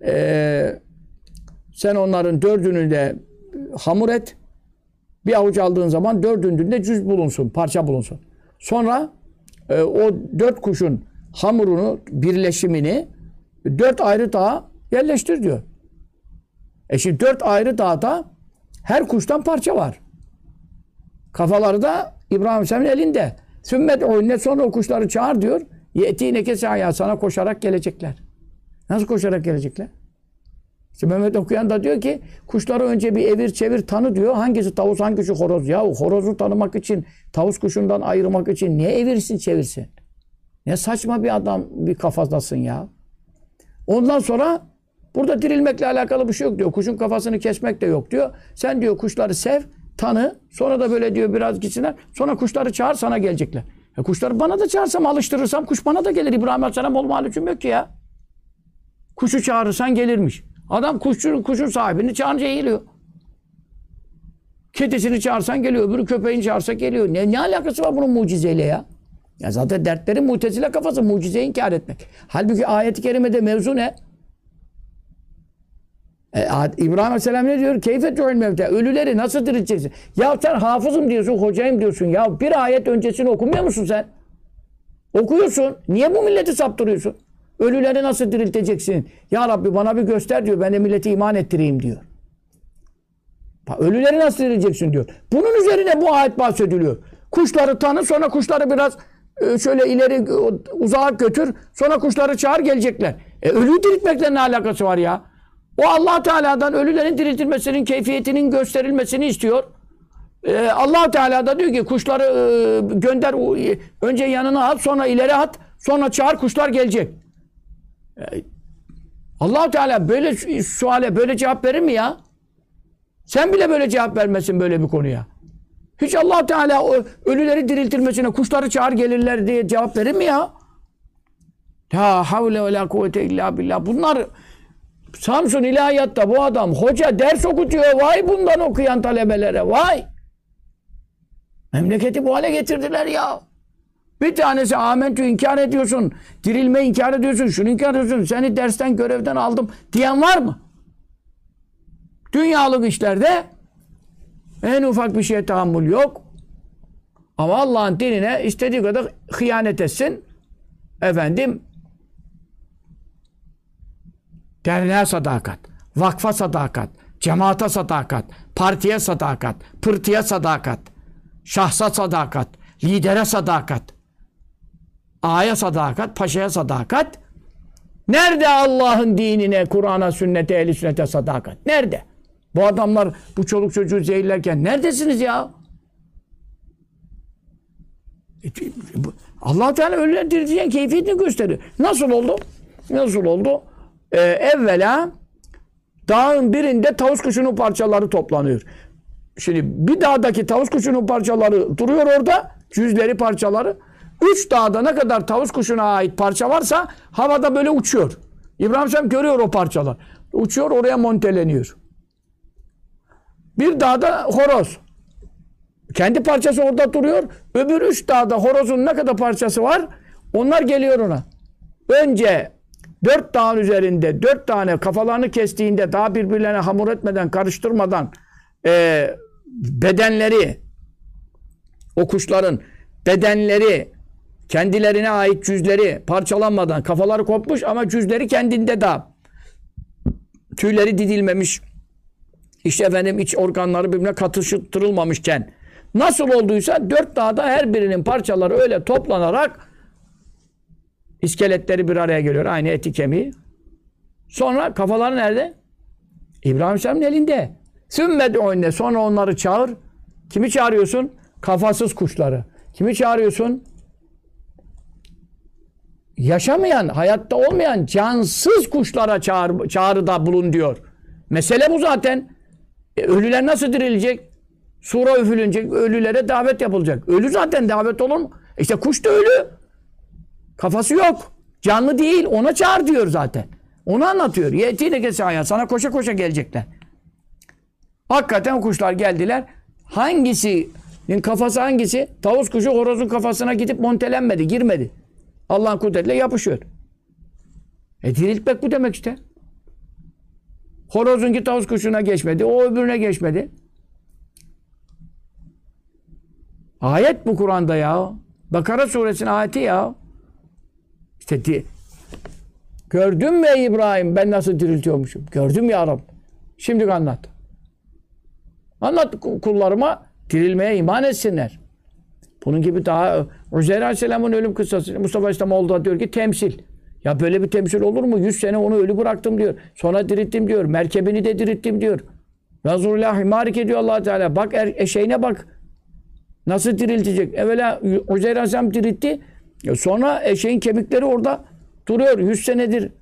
Sen onların 4'ünü de hamur et. Bir avuç aldığın zaman 4'ünde de cüz bulunsun, parça bulunsun. Sonra o 4 kuşun hamurunu, birleşimini 4 ayrı dağa yerleştir diyor. Şimdi 4 ayrı dağda her kuştan parça var. Kafaları da İbrahim Aleyhisselam'ın elinde. Sümmet oyunne, sonra o kuşları çağır diyor. Yetine kesaya, sana koşarak gelecekler. Nasıl koşarak gelecekler? İşte Mehmet okuyan da diyor ki kuşları önce bir evir çevir tanı diyor. Hangisi tavus, hangisi horoz? Ya horozu tanımak için, tavus kuşundan ayırmak için niye evirsin çevirsin? Ne saçma bir adam, bir kafadasın ya. Ondan sonra burada dirilmekle alakalı bir şey yok diyor. Kuşun kafasını kesmek de yok diyor. Sen diyor kuşları sev, tanı. Sonra da böyle diyor biraz gitsinler. Sonra kuşları çağır, sana gelecekler. Kuşları bana da çağırsam, alıştırırsam kuş bana da gelir. İbrahim Aleyhisselam olma hali yok ki ya. Kuşu çağırırsan gelirmiş. Adam kuşun sahibini çağırınca eğiliyor. Kedisini çağırsan geliyor, öbürü köpeğini çağırsa geliyor. Ne alakası var bunun mucizeyle ya? Ya zaten dertleri Mu'tezile kafası, mucizeyi inkar etmek. Halbuki ayet-i kerimede mevzu ne? İbrahim Aleyhisselam ne diyor? Keyfe tu'il mevte. Ölüleri nasıl dirilteceksin? Ya sen hafızım diyorsun, hocayım diyorsun. Ya bir ayet öncesini okumuyor musun sen? Okuyorsun. Niye bu milleti saptırıyorsun? Ölüleri nasıl dirilteceksin? Ya Rabbi bana bir göster diyor. Ben de milleti iman ettireyim diyor. Ölüleri nasıl dirilteceksin diyor. Bunun üzerine bu ayet bahsediliyor. Kuşları tanı, sonra kuşları biraz şöyle ileri uzağa götür. Sonra kuşları çağır, gelecekler. Ölüyü diriltmekle ne alakası var ya? O Allah Teala'dan ölülerin diriltilmesinin keyfiyetinin gösterilmesini istiyor. Allah Teala da diyor ki kuşları gönder, önce yanına at, sonra ileri at, sonra çağır, kuşlar gelecek. Allah Teala böyle suale böyle cevap verir mi ya? Sen bile böyle cevap vermesin böyle bir konuya. Hiç Allah Teala o ölüleri diriltilmesine kuşları çağır gelirler diye cevap verir mi ya? La havle ve la kuvvete illa billah. Bunlar Samsun İlahiyat'ta bu adam hoca ders okutuyor. Vay bundan okuyan talebelere vay. Memleketi bu hale getirdiler ya. Bir tanesi amentü inkar ediyorsun. Dirilme inkar ediyorsun. Şunu inkar ediyorsun. Seni dersten görevden aldım diyen var mı? Dünyalık işlerde en ufak bir şeye tahammül yok. Ama Allah'ın dinine istediği kadar hıyanet etsin. Efendim derneğe sadakat, vakfa sadakat, cemaate sadakat, partiye sadakat, pırtıya sadakat, şahsa sadakat, lidere sadakat, ağaya sadakat, paşaya sadakat. Nerede Allah'ın dinine, Kur'an'a, sünnete, ehl-i sünnete sadakat? Nerede? Bu adamlar bu çoluk çocuğu zehirlerken neredesiniz ya? Allah Teala ölüleri dirilteceğin keyfiyetini gösteriyor. Nasıl oldu? Nasıl oldu? Evvela dağın birinde tavus kuşunun parçaları toplanıyor. Şimdi bir dağdaki tavus kuşunun parçaları duruyor orada. Cüzleri parçaları. 3 dağda ne kadar tavus kuşuna ait parça varsa havada böyle uçuyor. İbrahim Aleyhisselam görüyor o parçalar. Uçuyor oraya monteleniyor. Bir dağda horoz. Kendi parçası orada duruyor. Öbür 3 dağda horozun ne kadar parçası var? Onlar geliyor ona. Önce 4 dağın üzerinde 4 tane kafalarını kestiğinde daha birbirlerine hamur etmeden, karıştırmadan bedenleri, o kuşların bedenleri, kendilerine ait cüzleri parçalanmadan, kafaları kopmuş ama cüzleri kendinde daha. Tüyleri didilmemiş. İşte efendim iç organları birbirine katıştırılmamışken nasıl olduysa 4 dağda her birinin parçaları öyle toplanarak iskeletleri bir araya geliyor. Aynı eti kemiği. Sonra kafaları nerede? İbrahim Aleyhisselam'ın elinde. Sümmed oyne. Sonra onları çağır. Kimi çağırıyorsun? Kafasız kuşları. Kimi çağırıyorsun? Yaşamayan, hayatta olmayan cansız kuşlara çağrıda bulun diyor. Mesele bu zaten. Ölüler nasıl dirilecek? Sura üfürülecek, ölülere davet yapılacak. Ölü zaten davet olur mu? İşte kuş da ölü. Kafası yok. Canlı değil. Ona çağır diyor zaten. Onu anlatıyor. Yetine kesaya. Sana koşa koşa gelecekler. Hakikaten kuşlar geldiler. Hangisinin kafası hangisi? Tavus kuşu horozun kafasına gidip montelenmedi, girmedi. Allah'ın kudretiyle yapışıyor. Diriltmek bu demek işte. Horozunki tavus kuşuna geçmedi. O öbürüne geçmedi. Ayet bu Kur'an'da ya. Bakara suresinin ayeti ya. İşte gördün mü İbrahim ben nasıl diriltiyormuşum? Gördüm ya Rabbi. Şimdi anlat. Anlat kullarıma dirilmeye iman etsinler. Bunun gibi daha Uzeyr Aleyhisselam'ın ölüm kıssası. Mustafa İslamoğlu diyor ki temsil. Ya böyle bir temsil olur mu? 100 sene onu ölü bıraktım diyor. Sonra dirilttim diyor. Merkebini de dirilttim diyor. Vezurullah himarik ediyor Allah Teala. Bak eşeğine bak. Nasıl diriltecek? Evvela Uzeyr Aleyhisselam diriltti. Sonra eşeğin kemikleri orada duruyor. 100 senedir.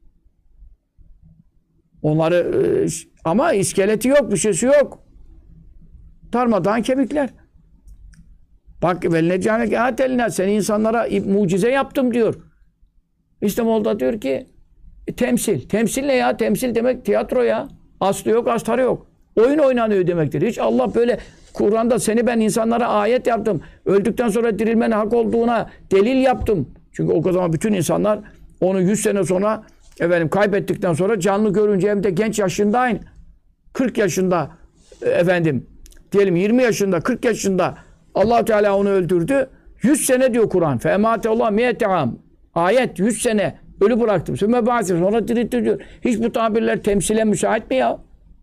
Onları ama iskeleti yok. Bir şeysi yok. Darmadağın kemikler. Bak velnecânek âtelnâ. Seni insanlara mucize yaptım diyor. İslamoğlu da diyor ki temsil. Temsil ne ya? Temsil demek tiyatro ya. Aslı yok, astarı yok. Oyun oynanıyor demektir. Hiç Allah böyle Kur'an'da seni ben insanlara ayet yaptım. Öldükten sonra dirilmenin hak olduğuna delil yaptım. Çünkü o zaman bütün insanlar onu 100 sene sonra kaybettikten sonra canlı görünce hem de genç yaşında aynı. 40 yaşında diyelim 20 yaşında 40 yaşında Allah Teala onu öldürdü. 100 sene diyor Kur'an. Fe emâteullah mi'ete-am. Ayet 100 sene ölü bıraktım. Sonra diriltti diyor. Hiç bu tabirler temsile müsait mi ya?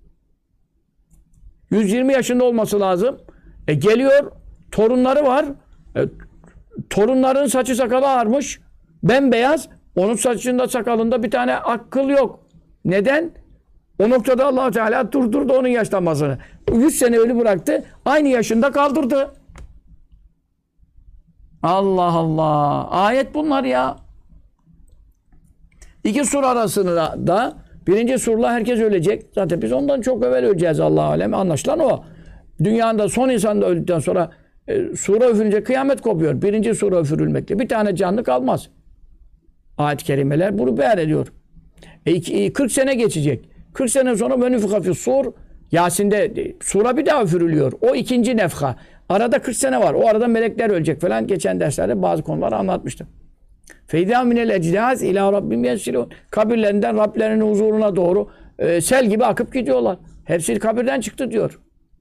120 yaşında olması lazım. Geliyor, torunları var. Torunların saçı sakalı ağarmış. Bembeyaz. Onun saçında sakalında bir tane akıl yok. Neden? O noktada Allah Teala durdurdu onun yaşlanmasını. 100 sene ölü bıraktı. Aynı yaşında kaldırdı. Allah Allah. Ayet bunlar ya. İki sur arasında da birinci surla herkes ölecek. Zaten biz ondan çok evvel öleceğiz Allah alem. Anlaşılan o. Dünyada son insan da öldükten sonra sura üfürünce kıyamet kopuyor. Birinci sura üfürülmekle. Bir tane canlı kalmaz. Ayet-i kerimeler bunu beyan ediyor. 40 sene geçecek. 40 sene sonra menüfika fi sur. Yasin'de sura bir daha üfürülüyor. O ikinci nefha. Arada 40 sene var. O arada melekler ölecek falan. Geçen derslerde bazı konuları anlatmıştım. Feyda minel ecdaz ila rabbim yesilun. Kabirlerinden Rablerinin huzuruna doğru sel gibi akıp gidiyorlar. Hepsi kabirden çıktı diyor.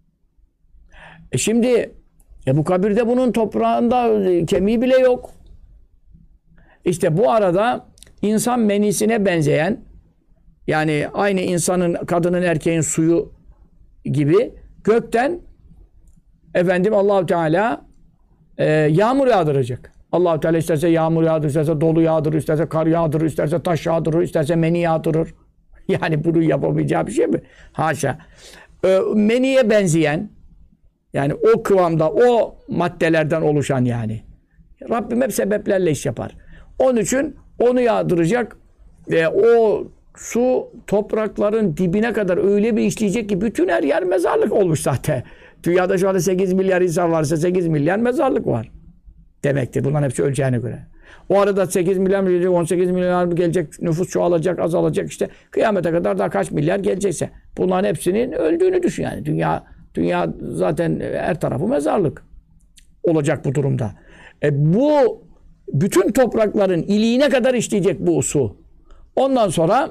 Şimdi bu kabirde bunun toprağında kemiği bile yok. İşte bu arada insan menisine benzeyen, yani aynı insanın, kadının, erkeğin suyu gibi gökten Allahu Teala yağmur yağdıracak. Allah-u Teala isterse yağmur yağdırır, isterse dolu yağdırır, isterse kar yağdırır, isterse taş yağdırır, isterse meni yağdırır. Yani bunu yapamayacağı bir şey mi? Haşa. Meniye benzeyen, yani o kıvamda, o maddelerden oluşan yani. Rabbim hep sebeplerle iş yapar. Onun için onu yağdıracak ve o su toprakların dibine kadar öyle bir işleyecek ki bütün her yer mezarlık olmuş zaten. Dünyada şu anda 8 milyar insan varsa 8 milyar mezarlık var demektir. Bunların hepsi öleceğine göre. O arada 8 milyar mı gelecek, 18 milyar mı gelecek, nüfus çoğalacak, azalacak işte. Kıyamete kadar daha kaç milyar gelecekse. Bunların hepsinin öldüğünü düşün yani. Dünya zaten her tarafı mezarlık olacak bu durumda. Bu bütün toprakların iliğine kadar işleyecek bu su. Ondan sonra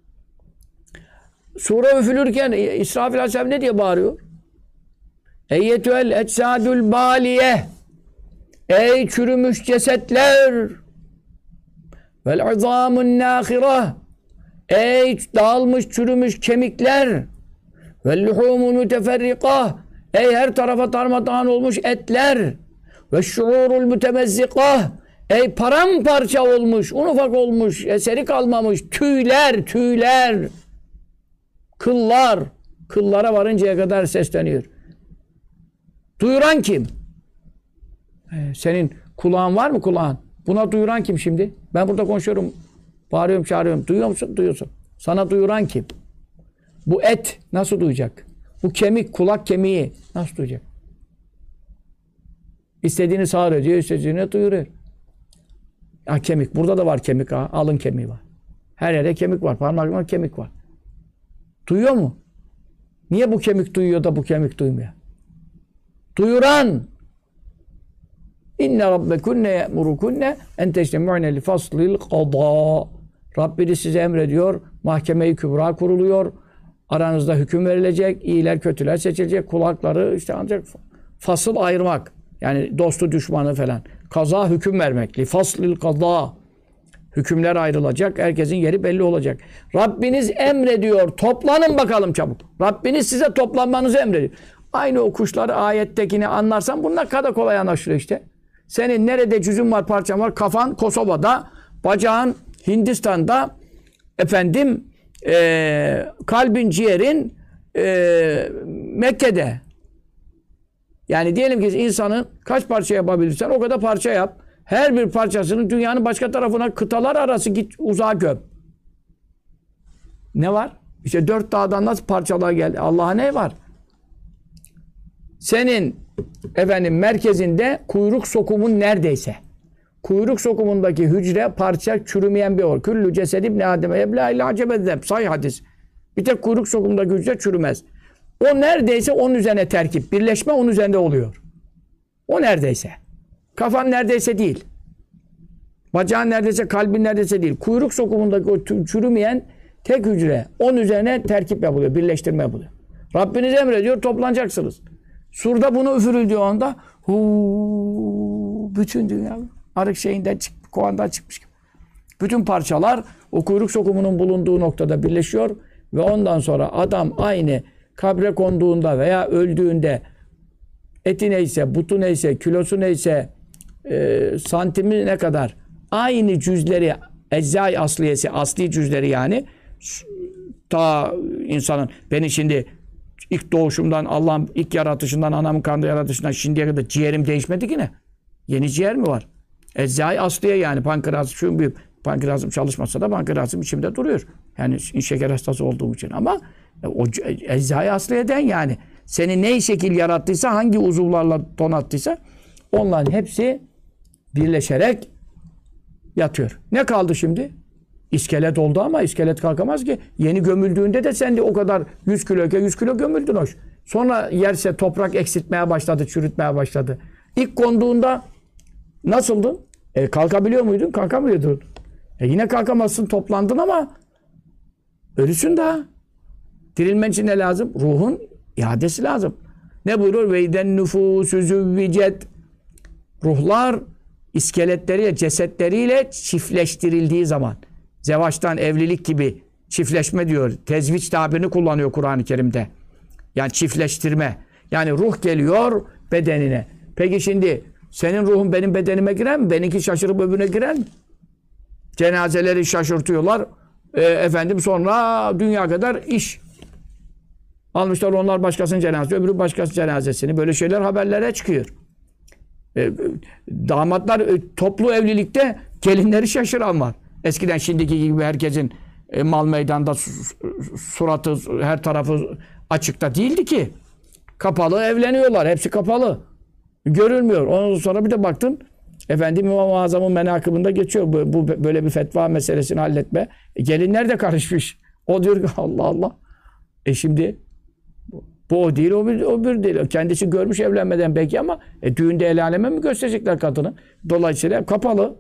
sure üfülürken İsrafil Aleyhisselam ne diye bağırıyor? Eyyetüel etsadül baliye. Ey çürümüş cesetler! Vel izâmun nâhireh! Ey dağılmış, çürümüş kemikler! Vel luhûmul müteferrikah! Ey her tarafa darmadağın olmuş etler! Ve şuurul mütemezzikah! Ey paramparça olmuş, un ufak olmuş, eseri kalmamış, tüyler! Kıllar! Kıllara varıncaya kadar sesleniyor. Duyuran kim? Senin kulağın var mı kulağın? Buna duyuran kim şimdi? Ben burada konuşuyorum, bağırıyorum, çağırıyorum. Duyuyor musun? Duyuyorsun. Sana duyuran kim? Bu et nasıl duyacak? Bu kemik, kulak kemiği nasıl duyacak? İstediğini sağır ediyor, istediğini duyuruyor. Ya kemik, burada da var kemik ha. Alın kemiği var. Her yerde kemik var, parmaklarında kemik var. Duyuyor mu? Niye bu kemik duyuyor da bu kemik duymuyor? Duyuran İnne rabbekunne ye'murukunne en teştemi'une li faslil qada. Rabbiniz size emrediyor. Mahkeme-i Kübra kuruluyor. Aranızda hüküm verilecek. İyiler kötüler seçilecek. Kulakları işte ancak fasıl ayırmak. Yani dostu düşmanı falan. Kaza hüküm vermek. Li faslil qada. Hükümler ayrılacak. Herkesin yeri belli olacak. Rabbiniz emrediyor. Toplanın bakalım çabuk. Rabbiniz size toplanmanızı emrediyor. Aynı o kuşları ayettekini anlarsan bunlar kadar kolay anlaşılıyor işte. Senin nerede cüzün var, parçan var? Kafan Kosova'da, bacağın Hindistan'da, kalbin, ciğerin Mekke'de. Yani diyelim ki insanın kaç parça yapabilirsen o kadar parça yap. Her bir parçasını dünyanın başka tarafına, kıtalar arası git, uzağa göm. Ne var? İşte 4 dağdan nasıl parçalar geldi? Allah'a ne var? Senin merkezinde kuyruk sokumun neredeyse. Kuyruk sokumundaki hücre parça çürümeyen bir or. Küllü cesed ibn Adem'e yebla ile acebedeb. Sahih hadis. Bir tek kuyruk sokumundaki hücre çürümez. O neredeyse onun üzerine terkip. Birleşme onun üzerinde oluyor. O neredeyse. Kafan neredeyse değil. Bacağın neredeyse, kalbin neredeyse değil. Kuyruk sokumundaki o çürümeyen tek hücre. Onun üzerine terkip yapılıyor. Birleştirme yapılıyor. Rabbiniz emrediyor, toplanacaksınız. Surda bunu üfürüldüğü anda bütün dünya arık şeyinden kovandan çıkmış gibi. Bütün parçalar o kuyruk sokumunun bulunduğu noktada birleşiyor ve ondan sonra adam aynı kabre konduğunda veya öldüğünde eti neyse, butu neyse, kilosu neyse, santimi ne kadar aynı cüzleri, eczai asliyesi, asli cüzleri yani ta insanın, beni şimdi ilk doğuşumdan, Allah'ın ilk yaratışından, anamın karnında yaratışından şimdiye kadar ciğerim değişmedi ki ne? Yeni ciğer mi var? Eczai asliye yani pankreas, şu bir pankreasım çalışmasa da pankreasım içimde duruyor. Yani şeker hastası olduğum için ama o eczai asliyeden yani seni ne şekil yarattıysa, hangi uzuvlarla donattıysa onların hepsi birleşerek yatıyor. Ne kaldı şimdi? İskelet oldu ama iskelet kalkamaz ki. Yeni gömüldüğünde de sen de o kadar 100 kiloyken 100 kilo gömüldün hoş. Sonra yerse toprak eksiltmeye başladı, çürütmeye başladı. İlk konduğunda nasıldın? Kalkabiliyor muydun? Kalkamıyordun. Yine kalkamazsın, toplandın ama ölüsün daha. Dirilmen için ne lazım? Ruhun iadesi lazım. Ne buyuruyor? Veyden nüfusü züvvicet. Ruhlar iskeletleriyle, cesetleriyle çiftleştirildiği zaman. Zevaçtan evlilik gibi çiftleşme diyor. Tezviç tabirini kullanıyor Kur'an-ı Kerim'de. Yani çiftleştirme. Yani ruh geliyor bedenine. Peki şimdi senin ruhun benim bedenime girer mi? Benimki şaşırıp öbürüne girer mi? Cenazeleri şaşırtıyorlar. Efendim sonra dünya kadar iş. Almışlar onlar başkasının cenazesi, öbürü başkasının cenazesini. Böyle şeyler haberlere çıkıyor. Damatlar toplu evlilikte gelinleri şaşıran var. Eskiden şimdiki gibi herkesin mal meydanda suratı her tarafı açıkta değildi ki. Kapalı evleniyorlar. Hepsi kapalı. Görülmüyor. Ondan sonra bir de baktın efendim İmam-ı Azam'ın menakıbında geçiyor. Bu böyle bir fetva meselesini halletme. Gelinler de karışmış. O diyor ki Allah Allah. Şimdi bu o değil, o bir değil. Kendisi görmüş evlenmeden belki ama düğünde el aleme mi gösterecekler kadını? Dolayısıyla kapalı.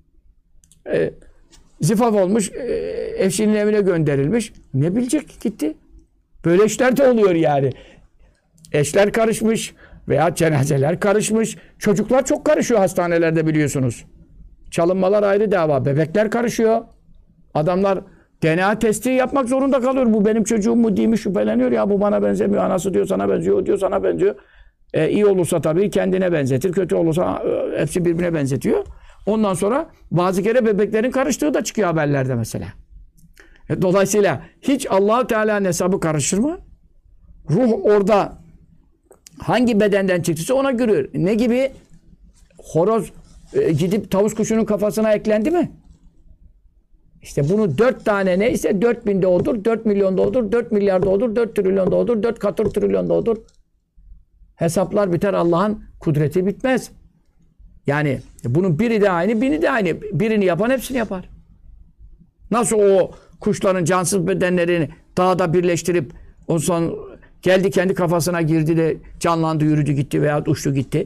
Zifaf olmuş, eşinin evine gönderilmiş. Ne bilecek gitti. Böyle işler de oluyor yani. Eşler karışmış veya cenazeler karışmış. Çocuklar çok karışıyor hastanelerde biliyorsunuz. Çalınmalar ayrı dava. Bebekler karışıyor. Adamlar DNA testi yapmak zorunda kalıyor. Bu benim çocuğum mu değil mi şüpheleniyor. Ya bu bana benzemiyor. Anası diyor sana benziyor. O diyor sana benziyor. İyi olursa tabii kendine benzetir. Kötü olursa hepsi birbirine benzetiyor. Ondan sonra bazı kere bebeklerin karıştığı da çıkıyor haberlerde mesela. Dolayısıyla hiç Allah-u Teala'nın hesabı karışır mı? Ruh orada hangi bedenden çıktıysa ona giriyor. Ne gibi? Horoz gidip tavus kuşunun kafasına eklendi mi? İşte bunu 4 tane neyse 4000 de olur, 4 milyon da olur, 4 milyar da olur, 4 trilyon da olur, 4 katır trilyon da olur. Hesaplar biter, Allah'ın kudreti bitmez. Yani bunun biri de aynı, biri de aynı. Birini yapan hepsini yapar. Nasıl o kuşların cansız bedenlerini dağda birleştirip o son geldi kendi kafasına girdi de canlandı, yürüdü gitti veya uçtu gitti.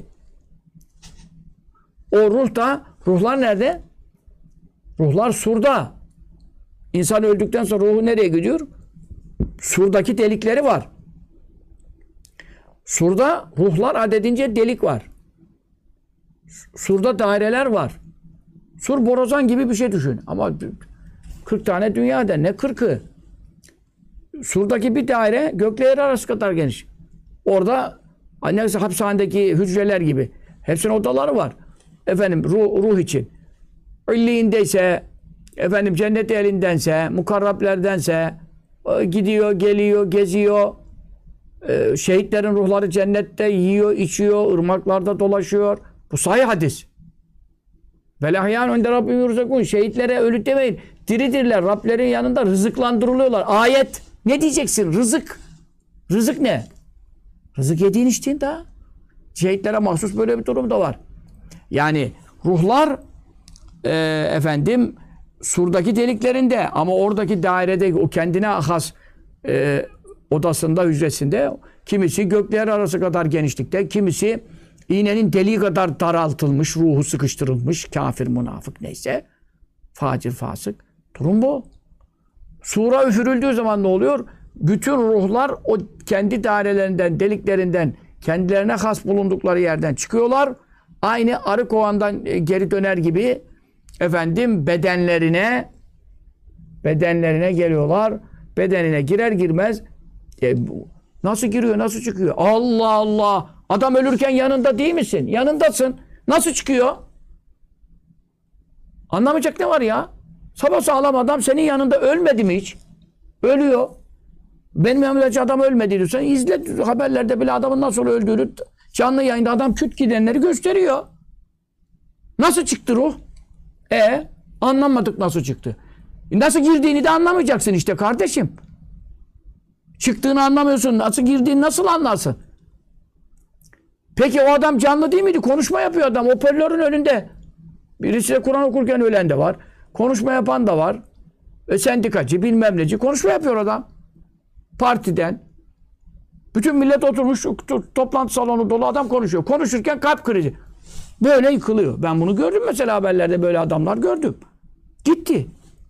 O ruh da, ruhlar nerede? Ruhlar surda. İnsan öldükten sonra ruhu nereye gidiyor? Surdaki delikleri var. Surda ruhlar adedince delik var. Surda daireler var. Sur borazan gibi bir şey düşün. Ama 40 tane dünyada ne 40'ı? Surdaki bir daire gökle yer arası kadar geniş. Orada annesi hapishanedeki hücreler gibi. Hepsinin odaları var. Efendim ruh için. İlliğindeyse, efendim cennet elindense, mukarrablerdense gidiyor, geliyor, geziyor. Şehitlerin ruhları cennette yiyor, içiyor, ırmaklarda dolaşıyor. Bu sahih hadis. Velahyan önde Rabbim yurzakun. Şehitlere ölü demeyin. Diridirler. Rablerin yanında rızıklandırılıyorlar. Ayet. Ne diyeceksin? Rızık. Rızık ne? Rızık yediğin içtiğin daha. Şehitlere mahsus böyle bir durum da var. Yani ruhlar surdaki deliklerinde ama oradaki dairede o kendine has odasında, hücresinde, kimisi gökler arası kadar genişlikte, kimisi iğnenin deliği kadar daraltılmış, ruhu sıkıştırılmış, kafir, münafık neyse, facir, fasık. Durum bu. Sura üfürüldüğü zaman ne oluyor? Bütün ruhlar o kendi dairelerinden, deliklerinden, kendilerine has bulundukları yerden çıkıyorlar. Aynı arı kovandan geri döner gibi efendim bedenlerine geliyorlar. Bedenine girer girmez nasıl giriyor, nasıl çıkıyor? Allah Allah! Adam ölürken yanında değil misin? Yanındasın. Nasıl çıkıyor? Anlamayacak ne var ya? Sapasağlam adam senin yanında ölmedi mi hiç? Ölüyor. Benim yanımdaki adam ölmedi diyorsan izle haberlerde bile adamın nasıl öldüğünü canlı yayında adam küt gidenleri gösteriyor. Nasıl çıktı ruh? Anlamadık nasıl çıktı. Nasıl girdiğini de anlamayacaksın işte kardeşim. Çıktığını anlamıyorsun. Nasıl girdiğini nasıl anlarsın? Peki o adam canlı değil miydi? Konuşma yapıyor adam. Hoparlörün önünde. Birisi de Kur'an okurken ölen de var. Konuşma yapan da var. Sendikacı, bilmem neci. Konuşma yapıyor adam. Partiden. Bütün millet oturmuş. Toplantı salonu dolu adam konuşuyor. Konuşurken kalp krizi. Böyle yıkılıyor. Ben bunu gördüm mesela haberlerde. Böyle adamlar gördüm. Gitti.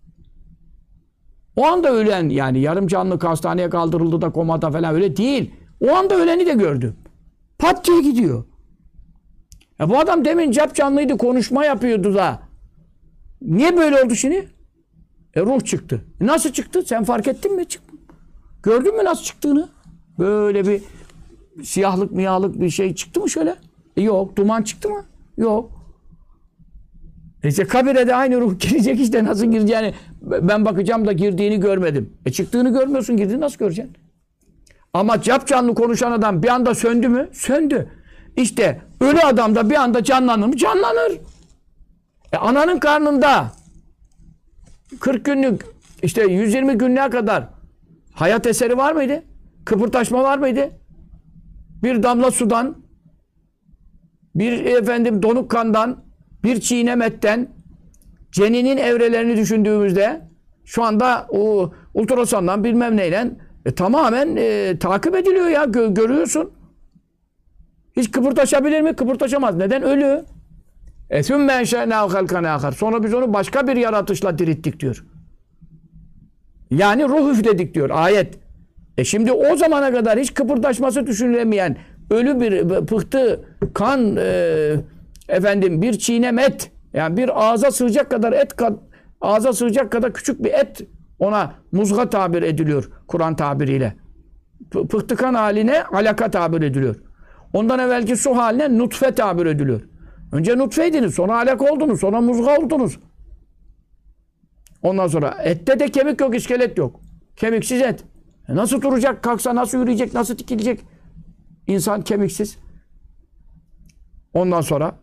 O anda ölen yani yarım canlı hastaneye kaldırıldı da komada falan öyle değil. O anda öleni de gördüm. Pat diye gidiyor. Bu adam demin cap canlıydı, konuşma yapıyordu da. Niye böyle oldu şimdi? Ruh çıktı. Nasıl çıktı? Sen fark ettin mi? Gördün mü nasıl çıktığını? Böyle bir siyahlık miyahlık bir şey çıktı mı şöyle? Yok. Duman çıktı mı? Yok. İşte kabire de aynı ruh girecek işte nasıl gireceğini. Ben bakacağım da girdiğini görmedim. Çıktığını görmüyorsun, girdiğini nasıl göreceksin? Ama cap canlı konuşan adam bir anda söndü mü? Söndü. İşte ölü adam da bir anda canlanır mı? Canlanır. Ananın karnında 40 günlük işte 120 günlüğe kadar hayat eseri var mıydı? Kıpırtaşma var mıydı? Bir damla sudan, bir donuk kandan, bir çiğnem etten, ceninin evrelerini düşündüğümüzde şu anda o ultrasondan bilmem neyle tamamen takip ediliyor ya. Görüyorsun. Hiç kıpırtaşabilir mi? Kıpırtaşamaz. Neden? Ölü. ثُمَّ اَنْشَأْنَاهُ خَلْقًا آخَرَ Sonra biz onu başka bir yaratışla dirilttik diyor. Yani ruh üfledik diyor ayet. Şimdi o zamana kadar hiç kıpırdaşması düşünülemeyen ölü bir pıhtı, kan, bir çiğnem et, yani bir ağza sığacak kadar et, ağza sığacak kadar küçük bir et ona muzga tabir ediliyor Kur'an tabiriyle. Pıhtı kan haline alaka tabir ediliyor. Ondan evvelki su haline nutfe tabir ediliyor. Önce nutfeydiniz, sonra alaka oldunuz, sonra muzga oldunuz. Ondan sonra ette de kemik yok, iskelet yok. Kemiksiz et. Nasıl duracak, kalksa nasıl yürüyecek, nasıl dikilecek? İnsan kemiksiz. Ondan sonra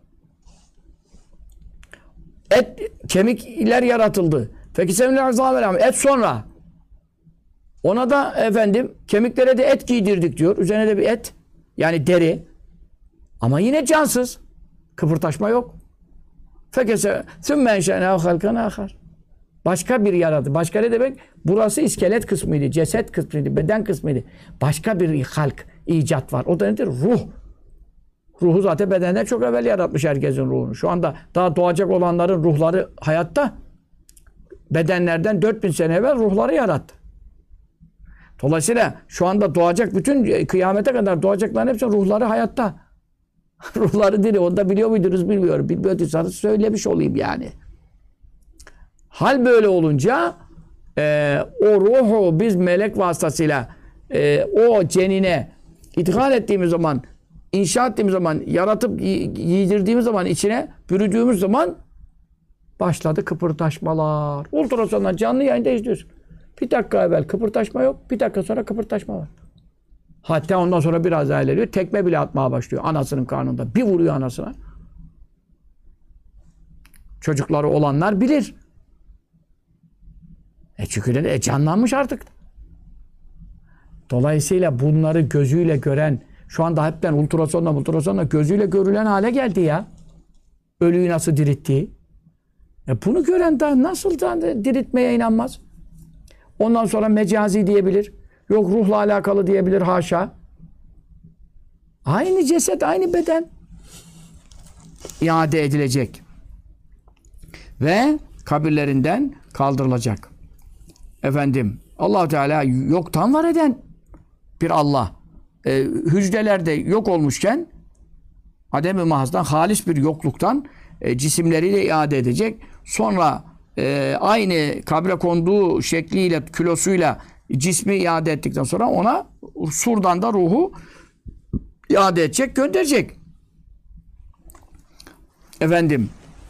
kemikler yaratıldı. Peki et sonra. Ona da kemiklere de et giydirdik diyor. Üzerine de bir et. Yani deri. Ama yine cansız. Kıpırtaşma yok. Fekese sümme enşe'nâhu halkan âkhar. Başka bir yaradı. Başka ne demek? Burası iskelet kısmıydı, ceset kısmıydı, beden kısmıydı. Başka bir halk, icat var. O da nedir? Ruh. Ruhu zaten bedenden çok evvel yaratmış herkesin ruhunu. Şu anda daha doğacak olanların ruhları hayatta. Bedenlerden 4000 sene evvel ruhları yarattı. Dolayısıyla şu anda doğacak bütün kıyamete kadar doğacakların hepsi ruhları hayatta. Ruhları diri. Onu da biliyor muydunuz bilmiyorum. Bilmiyorduysanız söylemiş olayım yani. Hal böyle olunca o ruhu biz melek vasıtasıyla o cenine idhal ettiğimiz zaman, inşa ettiğimiz zaman, yaratıp giydirdiğimiz zaman, içine bürüdüğümüz zaman başladı kıpırtaşmalar. Ultrasondan canlı yayında izliyorsun. Bir dakika evvel kıpırtaşma yok, bir dakika sonra kıpırtaşma var. Hatta ondan sonra biraz daha ilerliyor. Tekme bile atmaya başlıyor anasının karnında. Bir vuruyor anasına. Çocukları olanlar bilir. Çünkü de canlanmış artık. Dolayısıyla bunları gözüyle gören, şu anda hepten ultrasonla gözüyle görülen hale geldi ya. Ölüyü nasıl dirilttiği. Bunu gören daha nasıl da diriltmeye inanmaz? Ondan sonra mecazi diyebilir. Yok ruhla alakalı diyebilir, haşa. Aynı ceset, aynı beden iade edilecek. Ve kabirlerinden kaldırılacak. Efendim, Allah Teala yoktan var eden bir Allah. Hücrelerde yok olmuşken adem-i mahazdan, halis bir yokluktan cisimleriyle iade edecek. Sonra aynı kabre konduğu şekliyle, kilosuyla cismi iade ettikten sonra ona surdan da ruhu iade edecek, gönderecek. Efendim,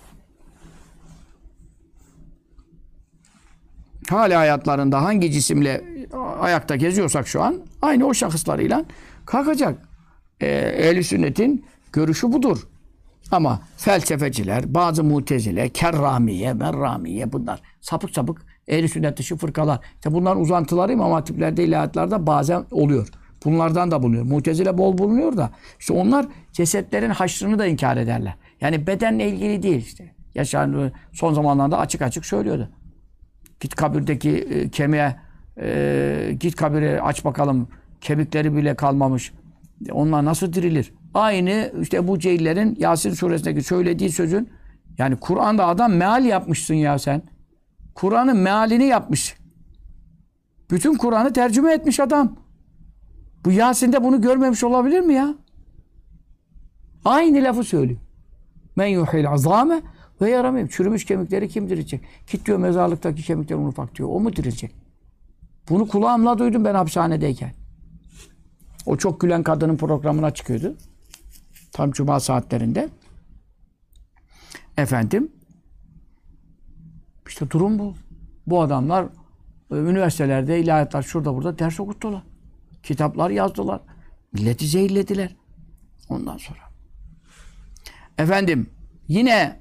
hala hayatlarında hangi cisimle ayakta geziyorsak şu an, aynı o şahıslarıyla kalkacak. Ehl-i sünnetin görüşü budur. Ama felsefeciler, bazı mutezile, kerramiye, merramiye, bunlar sapık sapık ehl-i sünnet dışı fırkalar. İşte bunların uzantıları İmam Hatiplerde, ilahiyatlarda bazen oluyor. Bunlardan da bulunuyor. Mutezile bol bulunuyor da işte onlar cesetlerin haşrını da inkar ederler. Yani bedenle ilgili değil işte. Yaşar son zamanlarda açık açık söylüyordu. Git kabirdeki kemiğe, git kabiri aç bakalım, kemikleri bile kalmamış. Onlar nasıl dirilir? Aynı işte bu Cehillerin Yasin suresindeki söylediği sözün, yani Kur'an'da adam meal yapmışsın ya sen. Kur'an'ın mealini yapmış. Bütün Kur'an'ı tercüme etmiş adam. Bu Yasin'de bunu görmemiş olabilir mi ya? Aynı lafı söylüyor. Men yuhil azame ve yaramim. Çürümüş kemikleri kim direcek? Git diyor mezarlıktaki kemikleri unufak diyor. O mu direcek? Bunu kulağımla duydum ben hapishanedeyken. O çok gülen kadının programına çıkıyordu. Tam cuma saatlerinde. Efendim, işte durum bu. Bu adamlar üniversitelerde, ilahiyatlar şurada burada ders okuttular. Kitaplar yazdılar. Milleti zehirlediler. Ondan sonra. Efendim, yine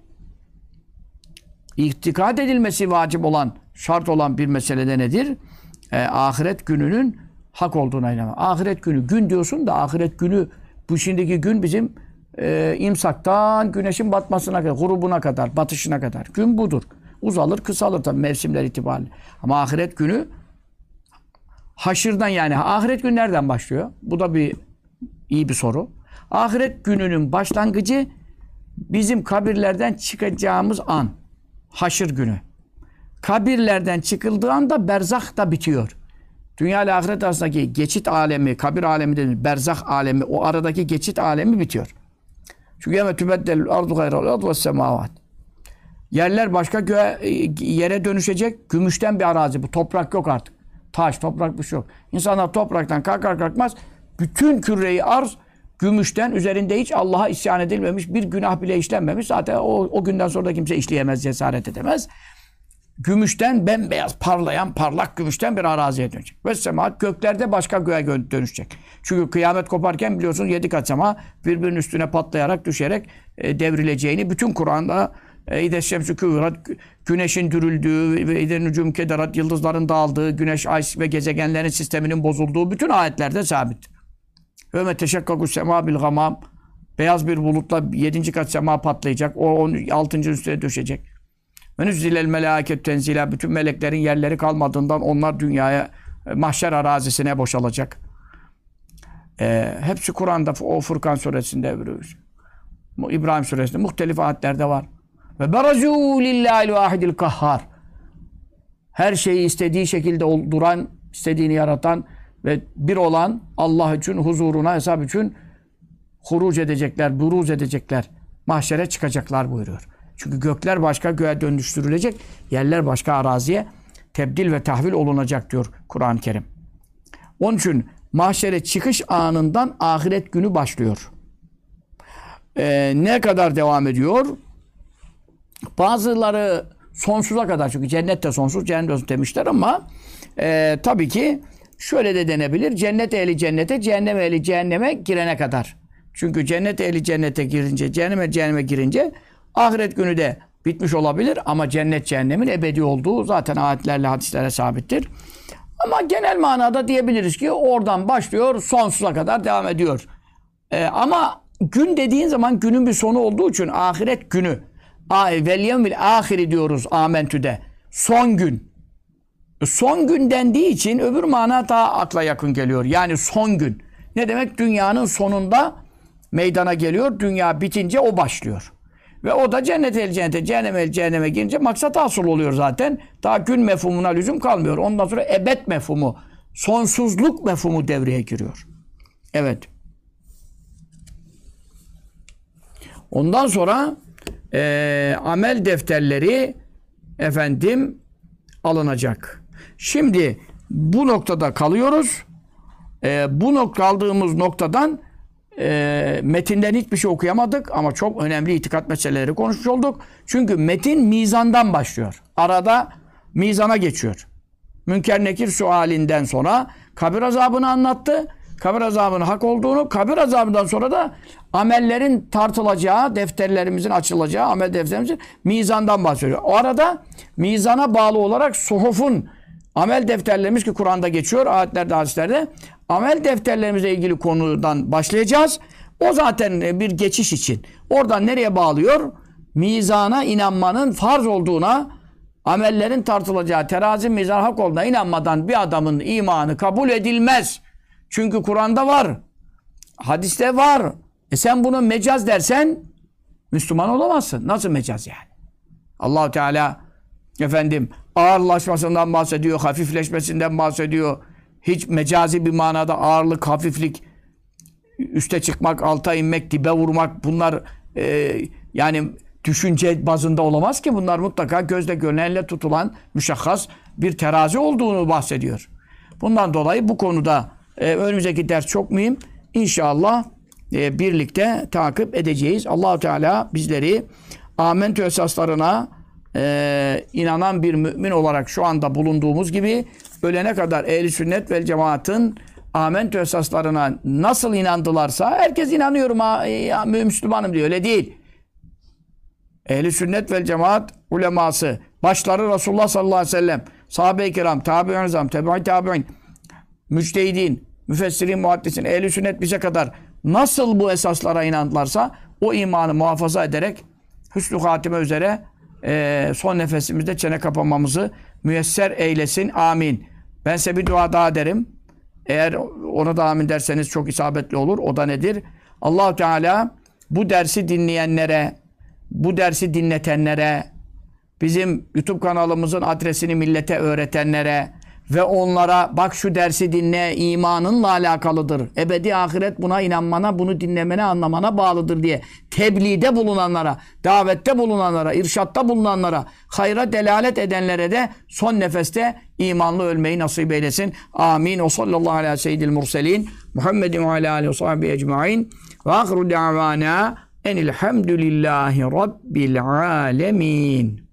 itikad edilmesi vacip olan, şart olan bir meselede nedir? Ahiret gününün hak olduğuna inanmak. Ahiret günü, gün diyorsun da ahiret günü, bu şimdiki gün bizim imsaktan güneşin batmasına kadar, grubuna kadar, batışına kadar. Gün budur. Uzalır, kısalır tabii mevsimler itibariyle. Ama ahiret günü haşırdan, yani ahiret günü nereden başlıyor? Bu da iyi bir soru. Ahiret gününün başlangıcı bizim kabirlerden çıkacağımız an. Haşır günü. Kabirlerden çıkıldığı anda berzah da bitiyor. Dünya ile ahiret arasındaki geçit alemi, kabir alemi denir, berzah alemi, o aradaki geçit alemi bitiyor. Çünkü yeme tübeddelül ardu gayral ardu ve semavat. Yerler başka yere dönüşecek. Gümüşten bir arazi bu. Toprak yok artık. Taş, toprak bir şey yok. İnsanlar topraktan kalkar kalkmaz bütün küreyi arz gümüşten, üzerinde hiç Allah'a isyan edilmemiş, bir günah bile işlenmemiş. Zaten o günden sonra da kimse işleyemez, cesaret edemez. Gümüşten, bembeyaz, parlayan, parlak gümüşten bir araziye dönecek. Ve sema, göklerde başka göğe dönüşecek. Çünkü kıyamet koparken biliyorsun 7 kat sema birbirinin üstüne patlayarak, düşerek devrileceğini bütün Kur'an'da İdeşşemsü küvrat, güneşin dürüldüğü ve İdenücüm kederat, yıldızların dağıldığı, güneş, ay ve gezegenlerin sisteminin bozulduğu bütün ayetlerde sabit. Ve me teşekkakus sema bil gamam, beyaz bir bulutla 7. kat sema patlayacak. O 6. üstüne düşecek. Ve nüzzilel melâket tenzila, bütün meleklerin yerleri kalmadığından onlar dünyaya, mahşer arazisine boşalacak. Hepsi Kur'an'da, o Furkan suresinde, İbrahim suresinde muhtelif ayetlerde var. Ve berazû lillâhil vâhidil kahhar. Her şeyi istediği şekilde olduran, istediğini yaratan ve bir olan Allah için, huzuruna, hesap için huruc edecekler, buruz edecekler. Mahşere çıkacaklar buyuruyor. Çünkü gökler başka göğe dönüştürülecek, yerler başka araziye tebdil ve tahvil olunacak diyor Kur'an-ı Kerim. Onun için mahşere çıkış anından ahiret günü başlıyor. Ne kadar devam ediyor? Bazıları sonsuza kadar, çünkü cennet de sonsuz, cehennem de sonsuz demişler ama tabii ki şöyle de denebilir. Cennet ehli cennete, cehennem ehli cehenneme girene kadar. Çünkü cennet ehli cennete girince, cehenneme girince ahiret günü de bitmiş olabilir ama cennet cehennemin ebedi olduğu zaten ayetlerle, hadislerle sabittir. Ama genel manada diyebiliriz ki oradan başlıyor, sonsuza kadar devam ediyor. Ama gün dediğin zaman günün bir sonu olduğu için ahiret günü, vel yevmil ahiri diyoruz Amentü'de. Son gün. Son gün dendiği için öbür mana daha akla yakın geliyor. Yani son gün. Ne demek? Dünyanın sonunda meydana geliyor. Dünya bitince o başlıyor. Ve o da cennet el cennete, cehennem el cehenneme girince maksat hasıl oluyor zaten. Daha gün mefhumuna lüzum kalmıyor. Ondan sonra ebed mefhumu, sonsuzluk mefhumu devreye giriyor. Evet. Ondan sonra amel defterleri alınacak. Şimdi bu noktada kalıyoruz. Kaldığımız noktadan metinden hiçbir şey okuyamadık ama çok önemli itikat meseleleri konuşmuş olduk. Çünkü metin mizandan başlıyor. Arada mizana geçiyor. Münker Nekir sualinden sonra kabir azabını anlattı. Kabir azabının hak olduğunu, kabir azabından sonra da amellerin tartılacağı, defterlerimizin açılacağı, amel defterimizin mizandan bahsediyor. O arada mizana bağlı olarak suhufun, amel defterlerimiz ki Kur'an'da geçiyor, ayetlerde, hadislerde, amel defterlerimizle ilgili konudan başlayacağız. O zaten bir geçiş için. Oradan nereye bağlıyor? Mizana inanmanın farz olduğuna, amellerin tartılacağı, terazi mizan hak olduğuna inanmadan bir adamın imanı kabul edilmez. Çünkü Kur'an'da var. Hadiste var. Sen bunu mecaz dersen Müslüman olamazsın. Nasıl mecaz yani? Allah-u Teala ağırlaşmasından bahsediyor, hafifleşmesinden bahsediyor. Hiç mecazi bir manada ağırlık, hafiflik, üste çıkmak, alta inmek, dibe vurmak bunlar yani düşünce bazında olamaz ki. Bunlar mutlaka gözle görülenle tutulan müşahhas bir terazi olduğunu bahsediyor. Bundan dolayı bu konuda önümüzdeki ders çok mühim. İnşallah birlikte takip edeceğiz. Allah-u Teala bizleri amentü esaslarına inanan bir mümin olarak şu anda bulunduğumuz gibi ölene kadar ehl-i sünnet vel cemaatın amentü esaslarına nasıl inandılarsa herkes inanıyorum Müslümanım diyor. Öyle değil. Ehl-i sünnet vel cemaat uleması başları Resulullah sallallahu aleyhi ve sellem, sahabe-i kiram, tabi'in azam, tebi'in tabi'in, müçtehidin, müfessirin, muhaddisin, ehl-i sünnet bize kadar nasıl bu esaslara inandılarsa o imanı muhafaza ederek hüsnü hatime üzere son nefesimizde çene kapamamızı müyesser eylesin. Amin. Ben size bir dua daha derim. Eğer ona da amin derseniz çok isabetli olur. O da nedir? Allah-u Teala bu dersi dinleyenlere, bu dersi dinletenlere, bizim YouTube kanalımızın adresini millete öğretenlere ve onlara bak şu dersi dinle, imanınla alakalıdır. Ebedi ahiret buna inanmana, bunu dinlemene, anlamana bağlıdır diye tebliğde bulunanlara, davette bulunanlara, irşatta bulunanlara, hayra delalet edenlere de son nefeste imanlı ölmeyi nasip eylesin. Amin. O sallallahu aleyhi ve seyyidil murselin Muhammedin ve aleyhi aleyhi ve sahbihi ecma'in ve ahru da'vana enilhamdülillahi rabbil alemin.